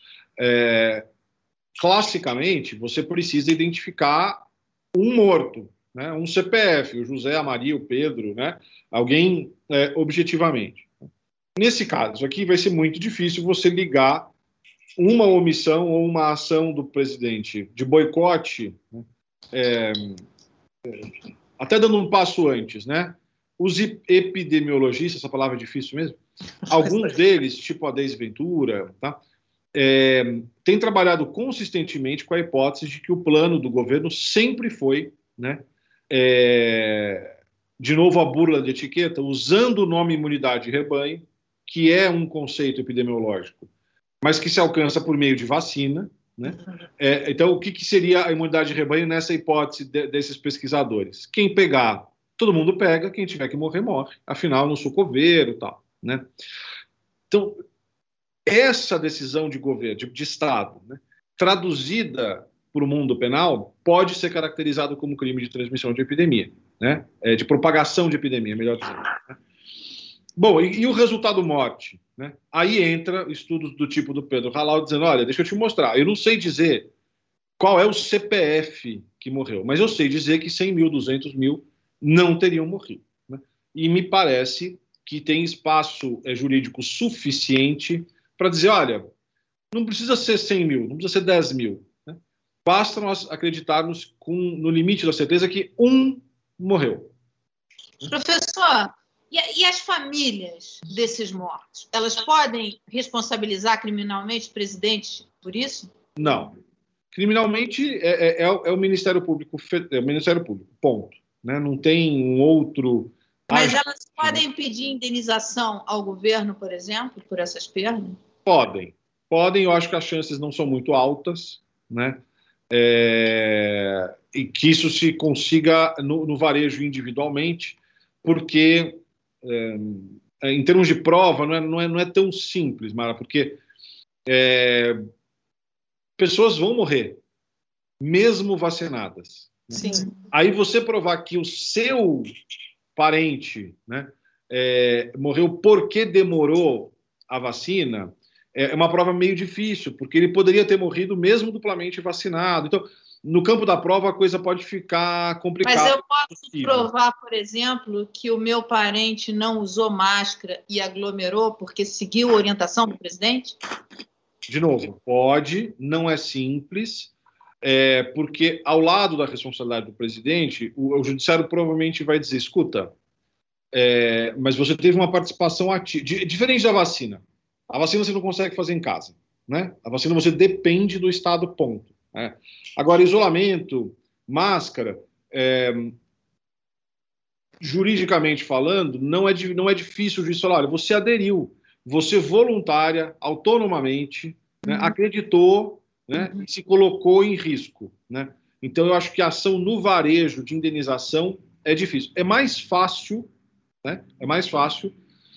É, classicamente, você precisa identificar um morto, né, um C P F, o José, a Maria, o Pedro, né, alguém é, objetivamente. Nesse caso aqui vai ser muito difícil você ligar uma omissão ou uma ação do presidente de boicote, né, é, até dando um passo antes, né, os epidemiologistas, essa palavra é difícil mesmo, alguns deles, tipo a Deise Ventura, tá, É, tem trabalhado consistentemente com a hipótese de que o plano do governo sempre foi, né, é, de novo a burla de etiqueta, usando o nome imunidade de rebanho, que é um conceito epidemiológico, mas que se alcança por meio de vacina, né? É, então, o que, que seria a imunidade de rebanho nessa hipótese de, desses pesquisadores? Quem pegar, todo mundo pega, quem tiver que morrer, morre. Afinal, não sou coveiro e tal, né? Então, essa decisão de governo, de, de Estado, né, traduzida para o mundo penal, pode ser caracterizado como crime de transmissão de epidemia, né, é, de propagação de epidemia, melhor dizendo. Né. Bom, e, e o resultado morte? Né? Aí entra estudos do tipo do Pedro Halal dizendo, olha, deixa eu te mostrar, eu não sei dizer qual é o C P F que morreu, mas eu sei dizer que cem mil, duzentos mil não teriam morrido. Né? E me parece que tem espaço é, jurídico suficiente para dizer, olha, não precisa ser cem mil, não precisa ser dez mil. Né? Basta nós acreditarmos com, no limite da certeza que um morreu. Professor, e, e as famílias desses mortos? Elas podem responsabilizar criminalmente o presidente por isso? Não. Criminalmente é, é, é o Ministério Público, é o Ministério Público, ponto. Né? Não tem um outro... Mas elas podem pedir indenização ao governo, por exemplo, por essas perdas? Podem. Podem, eu acho que as chances não são muito altas, né? É, e que isso se consiga no, no varejo individualmente, porque, é, em termos de prova, não é, não é, não é tão simples, Mara, porque é, pessoas vão morrer, mesmo vacinadas. Né? Sim. Aí você provar que o seu parente, né, é, morreu porque demorou a vacina, é uma prova meio difícil, porque ele poderia ter morrido mesmo duplamente vacinado. Então, no campo da prova, a coisa pode ficar complicada. Mas eu posso provar, por exemplo, que o meu parente não usou máscara e aglomerou porque seguiu a orientação do presidente? De novo, pode, não é simples, é, porque ao lado da responsabilidade do presidente, o, o judiciário provavelmente vai dizer, escuta, é, mas você teve uma participação ativa, diferente da vacina. A vacina você não consegue fazer em casa, né? A vacina você depende do Estado, ponto. Né? Agora, isolamento, máscara, é, juridicamente falando, não é, não é difícil o juiz falar, olha, você aderiu, você voluntária, autonomamente, né, Uhum. acreditou, né, Uhum. e se colocou em risco. Né? Então, eu acho que a ação no varejo de indenização é difícil. É mais fácil, né, é mais fácil,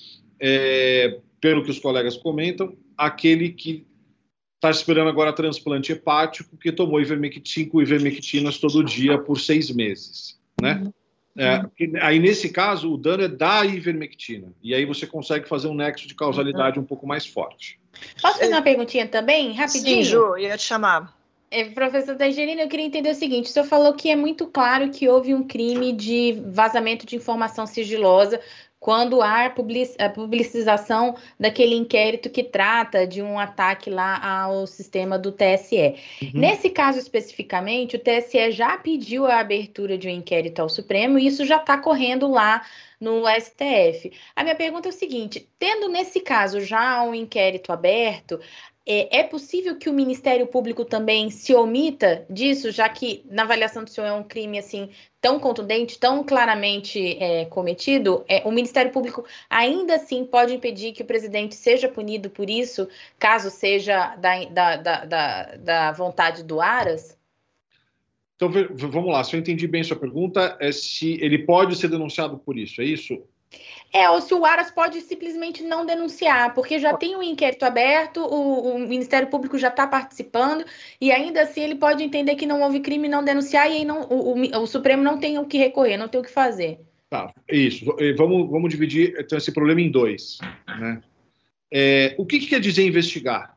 é, pelo que os colegas comentam, aquele que está esperando agora transplante hepático, que tomou ivermectina, ivermectinas todo dia por seis meses, né? Uhum. É, aí, nesse caso, o dano é da ivermectina, e aí você consegue fazer um nexo de causalidade um pouco mais forte. Posso fazer uma perguntinha também, rapidinho? Sim, Ju, ia te chamar. É, professor Tangerina, eu queria entender o seguinte, o senhor falou que é muito claro que houve um crime de vazamento de informação sigilosa quando há a publicização daquele inquérito que trata de um ataque lá ao sistema do T S E. Uhum. Nesse caso especificamente, o T S E já pediu a abertura de um inquérito ao Supremo e isso já está correndo lá no S T F. A minha pergunta é o seguinte, tendo nesse caso já um inquérito aberto, É, é possível que o Ministério Público também se omita disso, já que na avaliação do senhor é um crime assim tão contundente, tão claramente é, cometido? É, o Ministério Público ainda assim pode impedir que o presidente seja punido por isso, caso seja da, da, da, da, da vontade do Aras? Então, vamos lá, se eu entendi bem sua pergunta, é se ele pode ser denunciado por isso, é isso? É, ou se o Aras pode simplesmente não denunciar, porque já tem um inquérito aberto, o, o Ministério Público já está participando, e ainda assim ele pode entender que não houve crime e não denunciar, e aí não, o, o, o Supremo não tem o que recorrer, não tem o que fazer. Tá, isso. Vamos, vamos dividir então, esse problema em dois. Né? É, o que, que quer dizer investigar?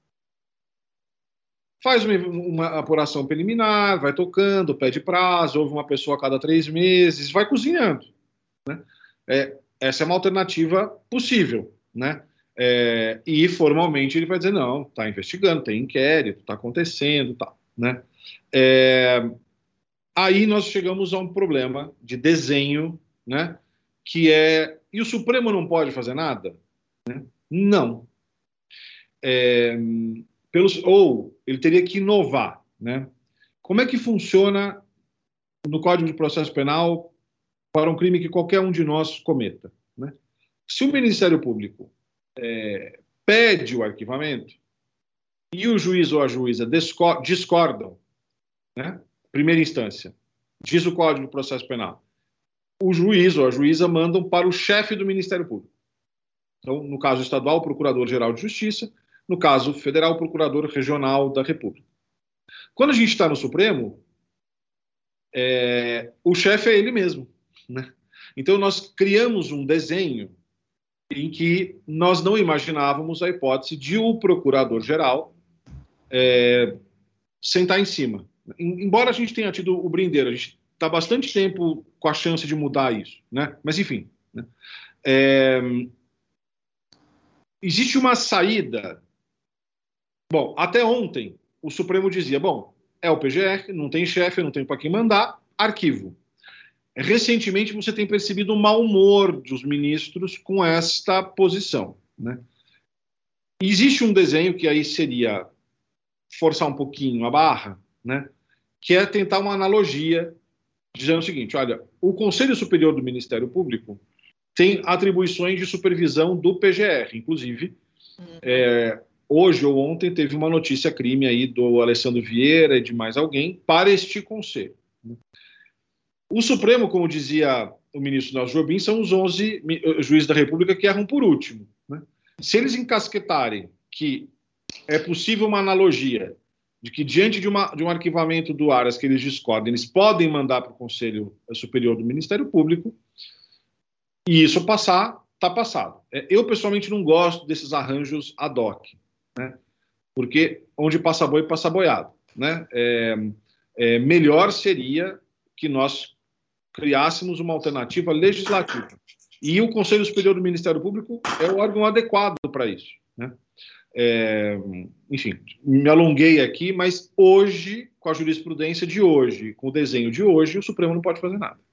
Faz uma, uma apuração preliminar, vai tocando, pede prazo, ouve uma pessoa a cada três meses, vai cozinhando. Né? É, essa é uma alternativa possível, né? É, e formalmente ele vai dizer, não, está investigando, tem inquérito, está acontecendo, tá, né? É, aí nós chegamos a um problema de desenho, né? Que é, e o Supremo não pode fazer nada? Né? Não. É, pelos, ou ele teria que inovar, né? Como é que funciona no Código de Processo Penal para um crime que qualquer um de nós cometa? Né? Se o Ministério Público é, pede o arquivamento e o juiz ou a juíza discordam, né? Primeira instância, diz o Código de Processo Penal, o juiz ou a juíza mandam para o chefe do Ministério Público. Então, no caso estadual, o Procurador-Geral de Justiça, no caso federal, o Procurador Regional da República. Quando a gente está no Supremo, é, o chefe é ele mesmo, né? Então, nós criamos um desenho em que nós não imaginávamos a hipótese de o procurador-geral é, sentar em cima. Embora a gente tenha tido o brindeiro, a gente está bastante tempo com a chance de mudar isso, né? Mas, enfim. Né? É, existe uma saída. Bom, até ontem, o Supremo dizia, bom, é o P G R, não tem chefe, não tem para quem mandar, arquivo. Recentemente, você tem percebido o mau humor dos ministros com esta posição. Né? Existe um desenho que aí seria forçar um pouquinho a barra, né? Que é tentar uma analogia, dizendo o seguinte, olha, o Conselho Superior do Ministério Público tem atribuições de supervisão do P G R, inclusive, uhum. é, hoje ou ontem teve uma notícia crime aí do Alessandro Vieira e de mais alguém para este conselho. Né? O Supremo, como dizia o ministro Nelson Jobim, são os onze juízes da República que erram por último. Né? Se eles encasquetarem que é possível uma analogia de que, diante de, uma, de um arquivamento do Aras que eles discordem, eles podem mandar para o Conselho Superior do Ministério Público, e isso passar, está passado. Eu, pessoalmente, não gosto desses arranjos ad hoc, né? Porque onde passa boi, passa boiado. Né? É, é, melhor seria que nós criássemos uma alternativa legislativa. E o Conselho Superior do Ministério Público é o órgão adequado para isso. Né? É, enfim, me alonguei aqui, mas hoje, com a jurisprudência de hoje, com o desenho de hoje, o Supremo não pode fazer nada.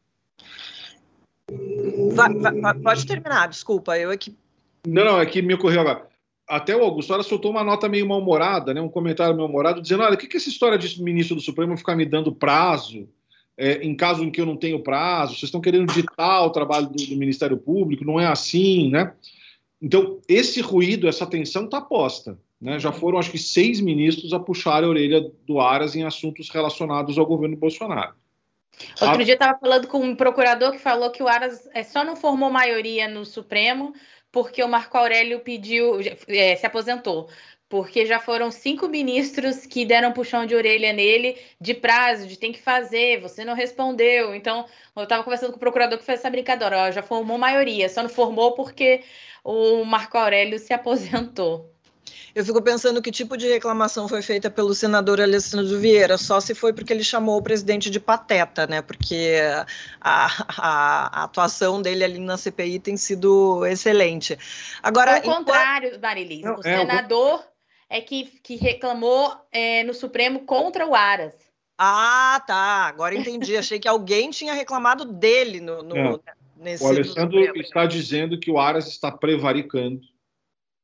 Vai, vai, pode terminar, desculpa, eu aqui... Não, não, é que me ocorreu agora. Até o Augusto Aras soltou uma nota meio mal-humorada, né, um comentário mal-humorado, dizendo, olha, o que, que é essa história de ministro do Supremo ficar me dando prazo, é, em caso em que eu não tenho prazo, vocês estão querendo ditar o trabalho do, do Ministério Público, não é assim, né? Então, esse ruído, essa tensão está posta. Né? Já foram, acho que, seis ministros a puxar a orelha do Aras em assuntos relacionados ao governo Bolsonaro. Outro a... dia eu estava falando com um procurador que falou que o Aras é, só não formou maioria no Supremo porque o Marco Aurélio pediu, é, se aposentou. Porque já foram cinco ministros que deram puxão de orelha nele de prazo, de tem que fazer, você não respondeu. Então, eu estava conversando com o procurador que fez essa brincadeira, ó, já formou maioria, só não formou porque o Marco Aurélio se aposentou. Eu fico pensando que tipo de reclamação foi feita pelo senador Alessandro Vieira, só se foi porque ele chamou o presidente de pateta, né? Porque a, a, a atuação dele ali na C P I tem sido excelente. Agora, Ao contrário, enquanto... Marilisa, não, o é, senador eu... é que, que reclamou é, no Supremo contra o Aras. Ah, tá. Agora entendi. Achei que alguém tinha reclamado dele no, no, nesse O Alessandro está dizendo que o Aras está prevaricando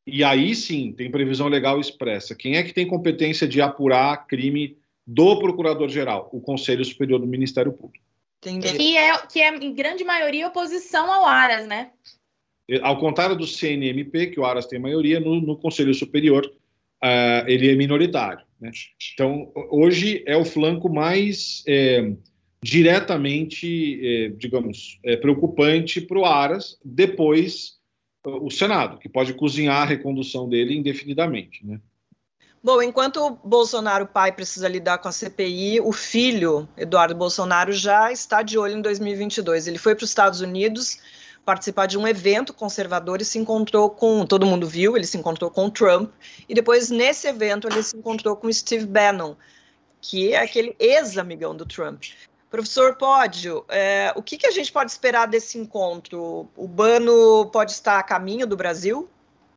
E aí sim, tem previsão legal expressa. Quem é que tem competência de apurar crime do Procurador-Geral? O Conselho Superior do Ministério Público. Entendi. Que é, que é, em grande maioria, oposição ao Aras, né? Ao contrário do C N M P, que o Aras tem maioria, no, no Conselho Superior uh, ele é minoritário, né? Então, hoje é o flanco mais é, diretamente, é, digamos, é, preocupante para o Aras, depois o Senado, que pode cozinhar a recondução dele indefinidamente, né? Bom, enquanto o Bolsonaro pai precisa lidar com a C P I, o filho, Eduardo Bolsonaro, já está de olho em dois mil e vinte e dois. Ele foi para os Estados Unidos participar de um evento conservador e se encontrou com, todo mundo viu, ele se encontrou com o Trump, e depois, nesse evento, ele se encontrou com o Steve Bannon, que é aquele ex-amigão do Trump. Professor Pódio, é, o que, que a gente pode esperar desse encontro? O Bannon pode estar a caminho do Brasil?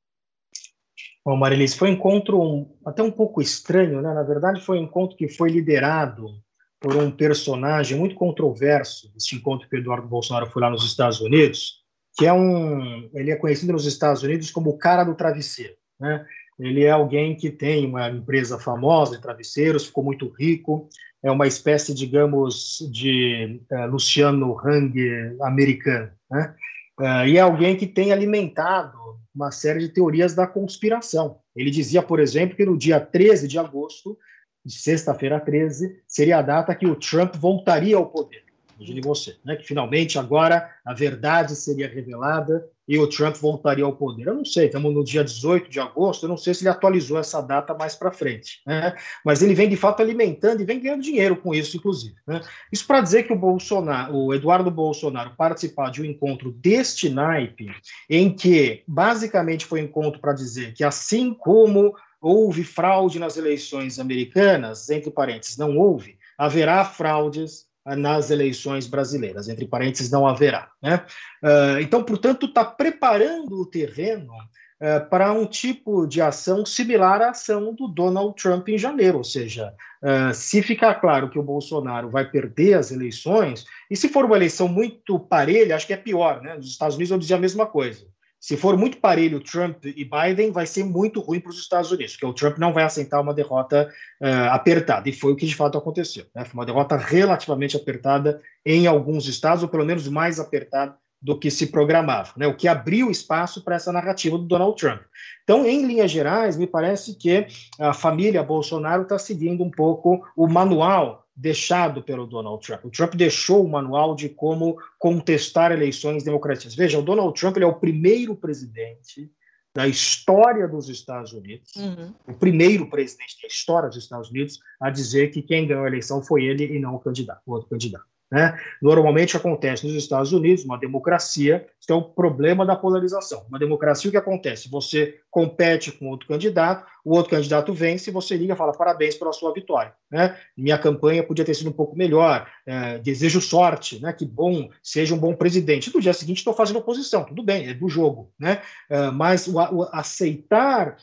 Bom, Marilise, foi um encontro um, até um pouco estranho, né? Na verdade, foi um encontro que foi liderado por um personagem muito controverso, esse encontro que o Eduardo Bolsonaro foi lá nos Estados Unidos, que é um, ele é conhecido nos Estados Unidos como o cara do travesseiro, né? Ele é alguém que tem uma empresa famosa de travesseiros, ficou muito rico, é uma espécie, digamos, de uh, Luciano Hang americano, né? Uh, e é alguém que tem alimentado uma série de teorias da conspiração. Ele dizia, por exemplo, que no dia treze de agosto, de sexta-feira treze, seria a data que o Trump voltaria ao poder. Imagine você, né? Que finalmente agora a verdade seria revelada e o Trump voltaria ao poder. Eu não sei, estamos no dia dezoito de agosto, eu não sei se ele atualizou essa data mais para frente, né? Mas ele vem de fato alimentando e vem ganhando dinheiro com isso, inclusive, né? Isso para dizer que o Bolsonaro, o Eduardo Bolsonaro participar de um encontro deste naipe, em que basicamente foi um encontro para dizer que assim como houve fraude nas eleições americanas, entre parênteses, não houve, haverá fraudes nas eleições brasileiras, entre parênteses, não haverá, né? Uh, então, portanto, está preparando o terreno uh, para um tipo de ação similar à ação do Donald Trump em janeiro, ou seja, uh, se ficar claro que o Bolsonaro vai perder as eleições, e se for uma eleição muito parelha, acho que é pior, né? Nos Estados Unidos eu dizia a mesma coisa. Se for muito parelho Trump e Biden, vai ser muito ruim para os Estados Unidos, porque o Trump não vai aceitar uma derrota uh, apertada, e foi o que de fato aconteceu, né? Foi uma derrota relativamente apertada em alguns estados, ou pelo menos mais apertada do que se programava, né? O que abriu espaço para essa narrativa do Donald Trump. Então, em linhas gerais, me parece que a família Bolsonaro está seguindo um pouco o manual deixado pelo Donald Trump. O Trump deixou o manual de como contestar eleições democráticas. Veja, o Donald Trump ele é o primeiro presidente da história dos Estados Unidos, uhum. o primeiro presidente da história dos Estados Unidos a dizer que quem ganhou a eleição foi ele e não o candidato, o outro candidato, né? Normalmente acontece nos Estados Unidos, uma democracia, que é o problema da polarização. Uma democracia, o que acontece? Você compete com outro candidato, o outro candidato vence, você liga e fala parabéns pela sua vitória, né? Minha campanha podia ter sido um pouco melhor, é, desejo sorte, né? Que bom, seja um bom presidente. No dia seguinte estou fazendo oposição, tudo bem, é do jogo, né? É, mas o, o aceitar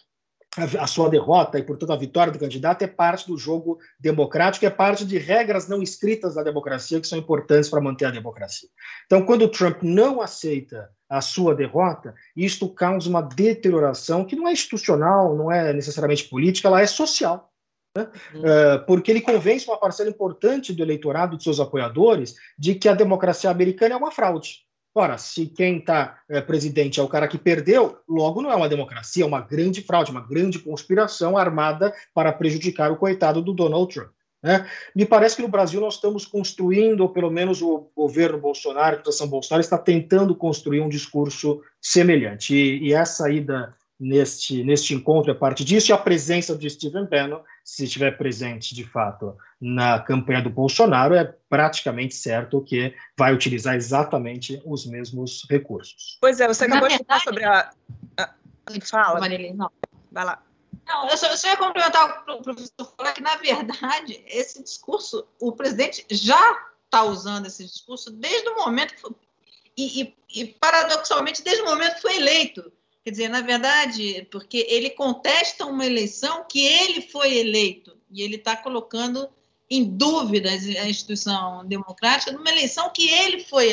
a sua derrota e, portanto, a vitória do candidato é parte do jogo democrático, é parte de regras não escritas da democracia que são importantes para manter a democracia. Então, quando o Trump não aceita a sua derrota, isto causa uma deterioração que não é institucional, não é necessariamente política, ela é social, né? Uhum. Uh, porque ele convence uma parcela importante do eleitorado, de seus apoiadores, de que a democracia americana é uma fraude. Ora, se quem está é, presidente é o cara que perdeu, logo não é uma democracia, é uma grande fraude, uma grande conspiração armada para prejudicar o coitado do Donald Trump, né? Me parece que no Brasil nós estamos construindo, ou pelo menos o governo Bolsonaro, a administração Bolsonaro, está tentando construir um discurso semelhante. E, e essa ida neste, neste encontro é parte disso, e a presença de Stephen Bannon, se estiver presente de fato na campanha do Bolsonaro, é praticamente certo que vai utilizar exatamente os mesmos recursos. Pois é, você acabou de falar sobre a... a... Fala. Marilene, não. Vai lá. Não, eu só, eu só ia complementar o professor falar que, na verdade, esse discurso, o presidente já está usando esse discurso desde o momento que foi, e, e, e, paradoxalmente, desde o momento que foi eleito. Quer dizer, na verdade, porque ele contesta uma eleição que ele foi eleito, e ele está colocando em dúvida a instituição democrática numa eleição que ele foi eleito.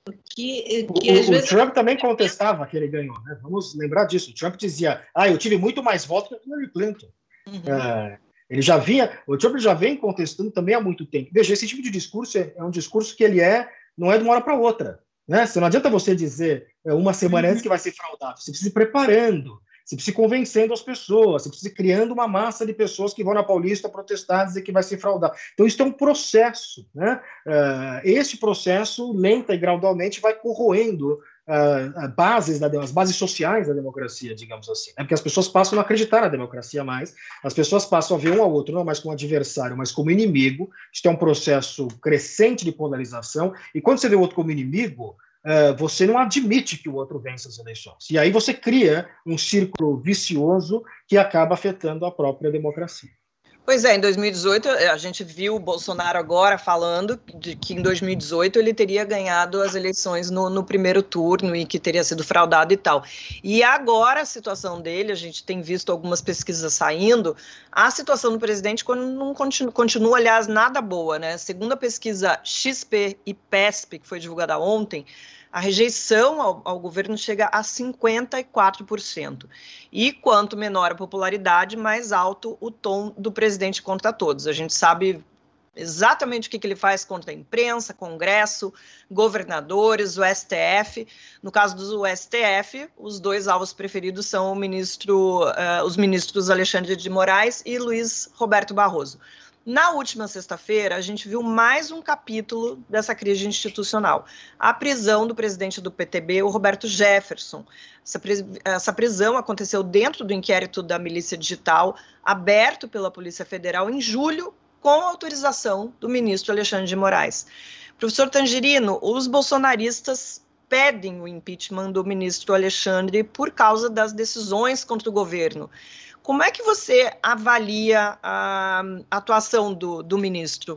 Que, que, que, o, vezes... o Trump também contestava que ele ganhou, né? Vamos lembrar disso. O Trump dizia, ah, eu tive muito mais votos que a Hillary Clinton. Uhum. É, ele já vinha, o Trump já vem contestando também há muito tempo. Veja, esse tipo de discurso é, é um discurso que ele é, não é de uma hora para outra, né? Não adianta você dizer é, uma semana antes que vai ser fraudado. Você precisa ir preparando, você precisa ir convencendo as pessoas, você precisa ir criando uma massa de pessoas que vão na Paulista protestar, dizer que vai se fraudar. Então, isso é um processo, né? Uh, esse processo, lenta e gradualmente, vai corroendo uh, bases da, as bases sociais da democracia, digamos assim. Né? Porque as pessoas passam a não acreditar na democracia mais, as pessoas passam a ver um ao outro não mais como adversário, mas como inimigo. Isso é um processo crescente de polarização, e quando você vê o outro como inimigo, Uh, você não admite que o outro vença as eleições. E aí você cria um círculo vicioso que acaba afetando a própria democracia. Pois é, em dois mil e dezoito, a gente viu o Bolsonaro agora falando de que em dois mil e dezoito ele teria ganhado as eleições no, no primeiro turno e que teria sido fraudado e tal. E agora a situação dele, a gente tem visto algumas pesquisas saindo, a situação do presidente não continua, continua aliás, nada boa, né? Segundo a pesquisa X P e P E S P, que foi divulgada ontem, a rejeição ao, ao governo chega a cinquenta e quatro por cento. E quanto menor a popularidade, mais alto o tom do presidente contra todos. A gente sabe exatamente o que, que ele faz contra a imprensa, Congresso, governadores, o S T F. No caso do S T F, os dois alvos preferidos são o ministro, uh, os ministros Alexandre de Moraes e Luiz Roberto Barroso. Na última sexta-feira, a gente viu mais um capítulo dessa crise institucional. A prisão do presidente do P T B, o Roberto Jefferson. Essa, essa prisão aconteceu dentro do inquérito da Milícia Digital, aberto pela Polícia Federal em julho, com autorização do ministro Alexandre de Moraes. Professor Tangerino, os bolsonaristas pedem o impeachment do ministro Alexandre por causa das decisões contra o governo. Como é que você avalia a atuação do, do ministro?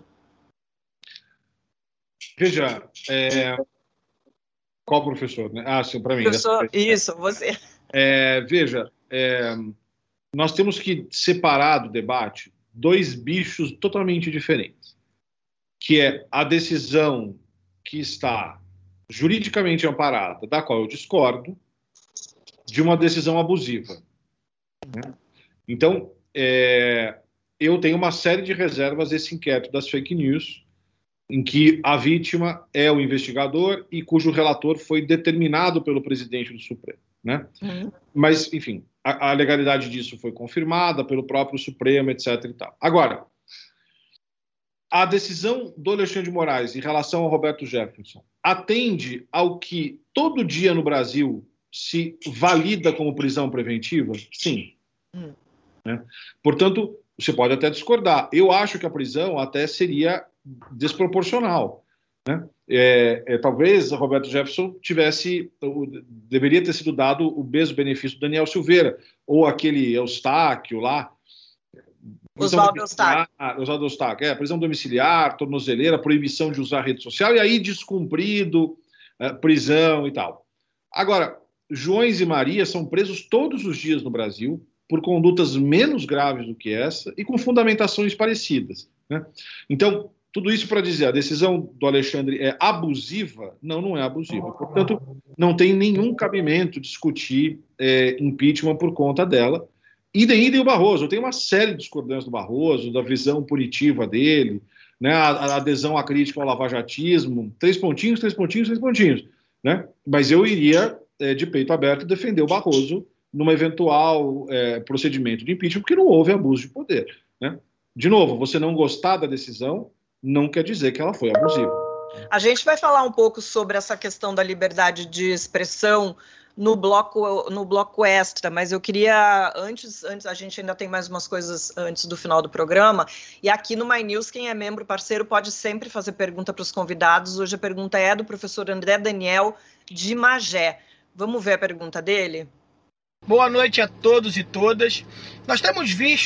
Veja, é... qual professor? Né? Ah, sim, para mim. Professor, isso, você. É, veja, é... nós temos que separar do debate dois bichos totalmente diferentes, que é a decisão que está juridicamente amparada, da qual eu discordo, de uma decisão abusiva, né? Então, é, eu tenho uma série de reservas desse inquérito das fake news, em que a vítima é o investigador e cujo relator foi determinado pelo presidente do Supremo, né? Uhum. Mas, enfim, a, a legalidade disso foi confirmada pelo próprio Supremo, etc e tal. Agora, a decisão do Alexandre de Moraes em relação ao Roberto Jefferson atende ao que todo dia no Brasil se valida como prisão preventiva? Sim. Uhum. Né? Portanto, você pode até discordar. Eu acho que a prisão até seria desproporcional, né? É, é, talvez Roberto Jefferson tivesse, deveria ter sido dado o mesmo benefício do Daniel Silveira, ou aquele Eustáquio lá. Oswaldo Eustáquio. Oswaldo Eustáquio, é, prisão domiciliar, tornozeleira, proibição de usar rede social, e aí descumprido, é, prisão e tal. Agora, Joões e Maria são presos todos os dias no Brasil, por condutas menos graves do que essa e com fundamentações parecidas, né? Então, tudo isso para dizer, a decisão do Alexandre é abusiva? Não, não é abusiva. Portanto, não tem nenhum cabimento discutir é, impeachment por conta dela. Idem, idem o Barroso. Eu tenho uma série de discordâncias do Barroso, da visão punitiva dele, né, a, a adesão à crítica ao lavajatismo, três pontinhos, três pontinhos, três pontinhos, né? Mas eu iria é, de peito aberto defender o Barroso numa eventual é, procedimento de impeachment, porque não houve abuso de poder, né? De novo, você não gostar da decisão não quer dizer que ela foi abusiva. A gente vai falar um pouco sobre essa questão da liberdade de expressão no bloco, no bloco extra, mas eu queria, antes, antes, a gente ainda tem mais umas coisas antes do final do programa, e aqui no My News, quem é membro parceiro pode sempre fazer pergunta para os convidados. Hoje a pergunta é do professor André Daniel, de Magé. Vamos ver a pergunta dele? Boa noite a todos e todas. Nós temos visto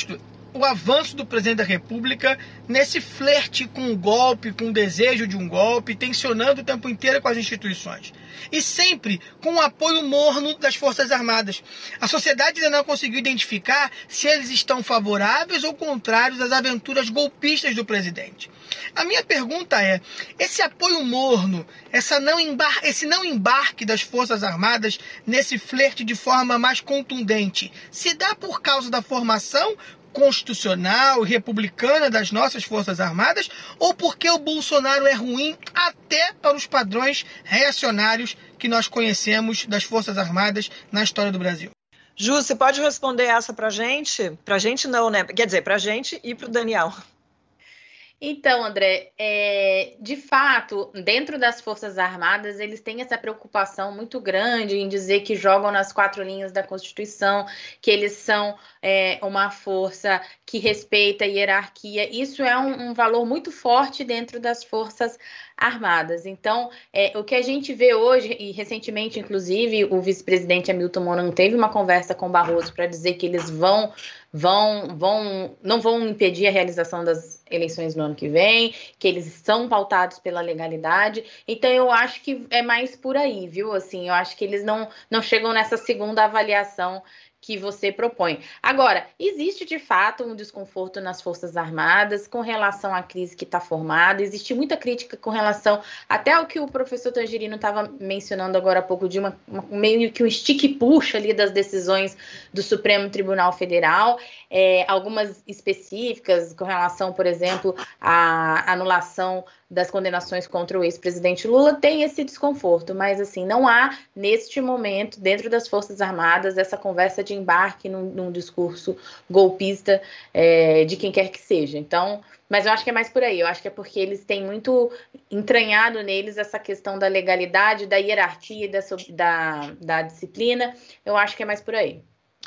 o avanço do presidente da República nesse flerte com o golpe, com o desejo de um golpe, tensionando o tempo inteiro com as instituições. E sempre com o apoio morno das Forças Armadas. A sociedade ainda não conseguiu identificar se eles estão favoráveis ou contrários às aventuras golpistas do presidente. A minha pergunta é, esse apoio morno, essa não embar- esse não embarque das Forças Armadas nesse flerte de forma mais contundente, se dá por causa da formação constitucional e republicana das nossas Forças Armadas ou porque o Bolsonaro é ruim até para os padrões reacionários que nós conhecemos das Forças Armadas na história do Brasil? Ju, você pode responder essa para a gente? Para a gente não, né? Quer dizer, para a gente e para o Daniel. Então, André, é, de fato, dentro das Forças Armadas, eles têm essa preocupação muito grande em dizer que jogam nas quatro linhas da Constituição, que eles são é, uma força que respeita a hierarquia. Isso é um, um valor muito forte dentro das Forças Armadas. Então, é, o que a gente vê hoje, e recentemente, inclusive, o vice-presidente Hamilton Mourão teve uma conversa com o Barroso para dizer que eles vão... Vão, vão, não vão impedir a realização das eleições no ano que vem, que eles são pautados pela legalidade. Então, eu acho que é mais por aí, viu? Assim, eu acho que eles não, não chegam nessa segunda avaliação que você propõe. Agora, existe de fato um desconforto nas Forças Armadas com relação à crise que está formada, existe muita crítica com relação até ao que o professor Tangerino estava mencionando agora há pouco, de uma, uma, meio que um estique e puxa ali das decisões do Supremo Tribunal Federal, é, algumas específicas com relação, por exemplo, à anulação das condenações contra o ex-presidente Lula, tem esse desconforto, mas assim, não há, neste momento, dentro das Forças Armadas, essa conversa de embarque num, num discurso golpista é, de quem quer que seja. Então, mas eu acho que é mais por aí, eu acho que é porque eles têm muito entranhado neles essa questão da legalidade, da hierarquia, da, da, da disciplina, eu acho que é mais por aí.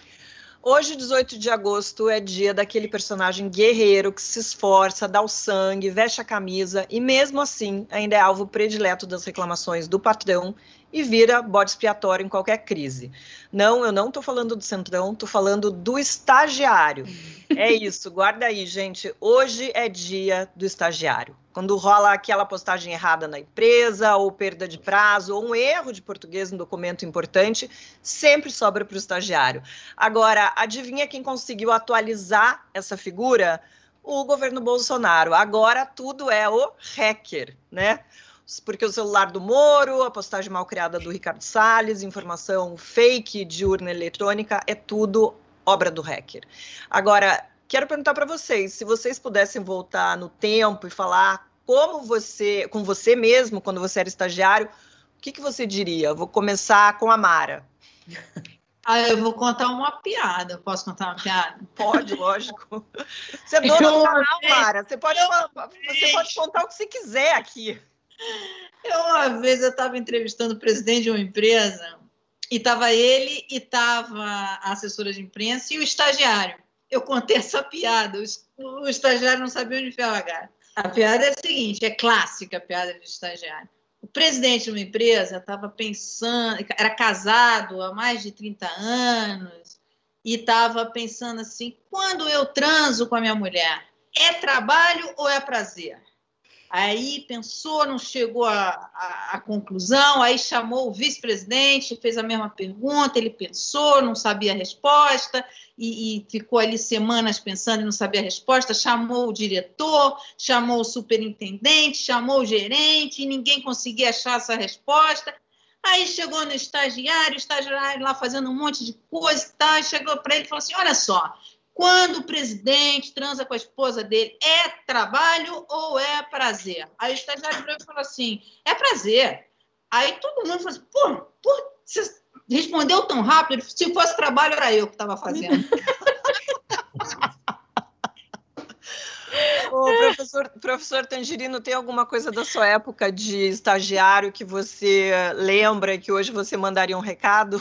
Hoje, dezoito de agosto, é dia daquele personagem guerreiro que se esforça, dá o sangue, veste a camisa e, mesmo assim, ainda é alvo predileto das reclamações do patrão e vira bode expiatório em qualquer crise. Não, eu não estou falando do Centrão, estou falando do estagiário. É isso, guarda aí, gente. Hoje é dia do estagiário. Quando rola aquela postagem errada na empresa, ou perda de prazo, ou um erro de português no documento importante, sempre sobra para o estagiário. Agora, adivinha quem conseguiu atualizar essa figura? O governo Bolsonaro. Agora tudo é o hacker, né? Porque o celular do Moro, a postagem mal criada do Ricardo Salles, informação fake de urna eletrônica, é tudo obra do hacker. Agora, quero perguntar para vocês, se vocês pudessem voltar no tempo e falar como você, com você mesmo, quando você era estagiário, o que, que você diria? Eu vou começar com a Mara. Ah, eu vou contar uma piada. Posso contar uma piada? Pode, lógico. Você é dona do canal, Mara. Você pode, você pode contar o que você quiser aqui. Eu, uma vez eu estava entrevistando o presidente de uma empresa e estava ele e estava a assessora de imprensa e o estagiário. Eu contei essa piada, o, o estagiário não sabia onde enfiar a garra. A piada é a seguinte, é clássica a piada de estagiário. O presidente de uma empresa estava pensando, era casado há mais de trinta anos e estava pensando assim, quando eu transo com a minha mulher, é trabalho ou é prazer? Aí pensou, não chegou à conclusão, aí chamou o vice-presidente, fez a mesma pergunta, ele pensou, não sabia a resposta, e, e ficou ali semanas pensando e não sabia a resposta, chamou o diretor, chamou o superintendente, chamou o gerente, e ninguém conseguia achar essa resposta. Aí chegou no estagiário, o estagiário lá fazendo um monte de coisa e tal, e chegou para ele e falou assim, olha só, quando o presidente transa com a esposa dele, é trabalho ou é prazer? Aí o estagiário virou e falou assim, é prazer. Aí todo mundo falou assim, pô, pô, você respondeu tão rápido, se fosse trabalho era eu que estava fazendo. Ô, professor, professor Tangerino, tem alguma coisa da sua época de estagiário que você lembra que hoje você mandaria um recado?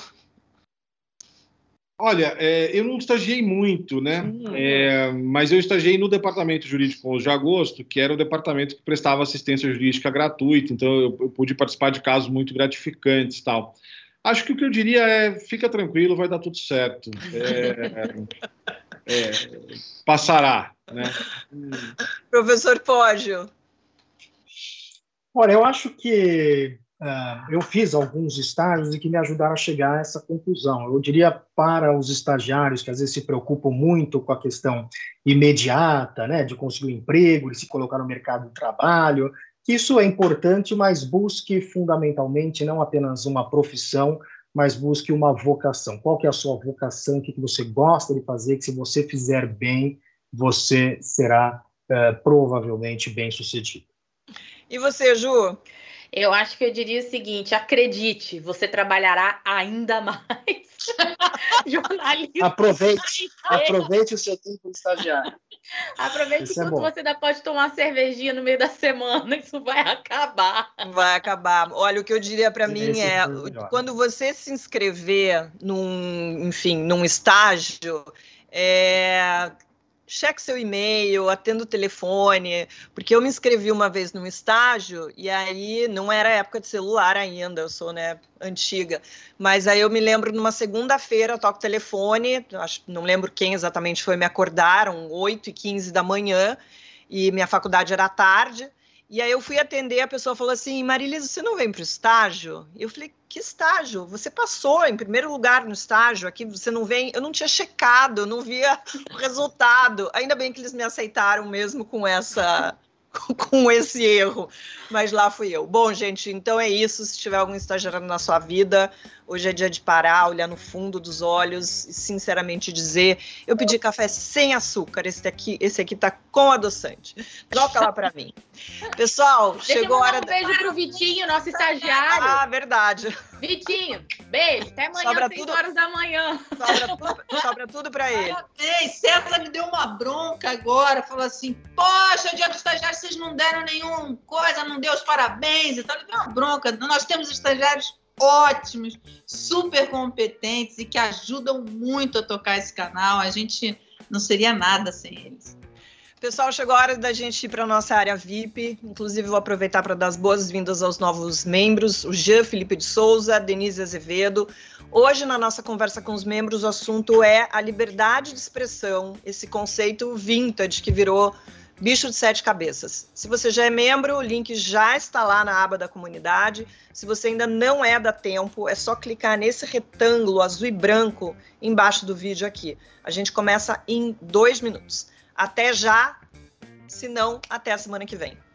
Olha, é, eu não estagiei muito, né? Uhum. É, mas eu estagiei no Departamento Jurídico onze de agosto, que era o departamento que prestava assistência jurídica gratuita, então eu, eu pude participar de casos muito gratificantes e tal. Acho que o que eu diria é, fica tranquilo, vai dar tudo certo. É, é, passará, né? Professor Poggio. Olha, eu acho que uh, eu fiz alguns estágios e que me ajudaram a chegar a essa conclusão. Eu diria para os estagiários que às vezes se preocupam muito com a questão imediata, né, de conseguir um emprego, de se colocar no mercado de trabalho, que isso é importante, mas busque fundamentalmente não apenas uma profissão, mas busque uma vocação. Qual que é a sua vocação? O que você gosta de fazer? Que se você fizer bem, você será uh, provavelmente bem-sucedido. E você, Ju? Eu acho que eu diria o seguinte, acredite, você trabalhará ainda mais. Jornalista. Aproveite, aproveite o seu tempo de estagiário. Aproveite isso enquanto é você ainda pode tomar uma cervejinha no meio da semana, isso vai acabar. Vai acabar. Olha, o que eu diria para mim é, quando você se inscrever num, enfim, num estágio, é... cheque seu e-mail, atenda o telefone, porque eu me inscrevi uma vez num estágio e aí não era época de celular ainda, eu sou, né, antiga, mas aí eu me lembro numa segunda-feira, toco o telefone, acho, não lembro quem exatamente foi, me acordaram, oito e quinze da manhã, e minha faculdade era à tarde, e aí eu fui atender, a pessoa falou assim, Marilisa, você não vem para o estágio? E eu falei, que estágio? Você passou em primeiro lugar no estágio, aqui você não vem? Eu não tinha checado, eu não via o resultado. Ainda bem que eles me aceitaram mesmo com essa... com esse erro, mas lá fui eu. Bom, gente, então é isso. Se tiver algum estagiário na sua vida, hoje é dia de parar, olhar no fundo dos olhos e sinceramente dizer, eu pedi café sem açúcar, esse aqui, esse aqui tá com adoçante. Troca lá pra mim. Pessoal, Deixa chegou a hora... um beijo da... pro Vitinho, nosso estagiário. Ah, verdade. Vitinho, beijo, até amanhã, sobra seis tudo... horas da manhã. Sobra tudo, sobra tudo pra ele. Parabéns, César me deu uma bronca agora, falou assim, poxa, dia do estagiário vocês não deram nenhuma coisa, não deu os parabéns e tal, ele deu uma bronca. Nós temos estagiários ótimos, super competentes e que ajudam muito a tocar esse canal, a gente não seria nada sem eles. Pessoal, chegou a hora da gente ir para a nossa área V I P, inclusive vou aproveitar para dar as boas-vindas aos novos membros, o Jean Felipe de Souza, Denise Azevedo. Hoje, na nossa conversa com os membros, o assunto é a liberdade de expressão, esse conceito vintage que virou bicho de sete cabeças. Se você já é membro, o link já está lá na aba da comunidade. Se você ainda não é, dá tempo, é só clicar nesse retângulo azul e branco embaixo do vídeo aqui. A gente começa em dois minutos. Até já, se não, até a semana que vem.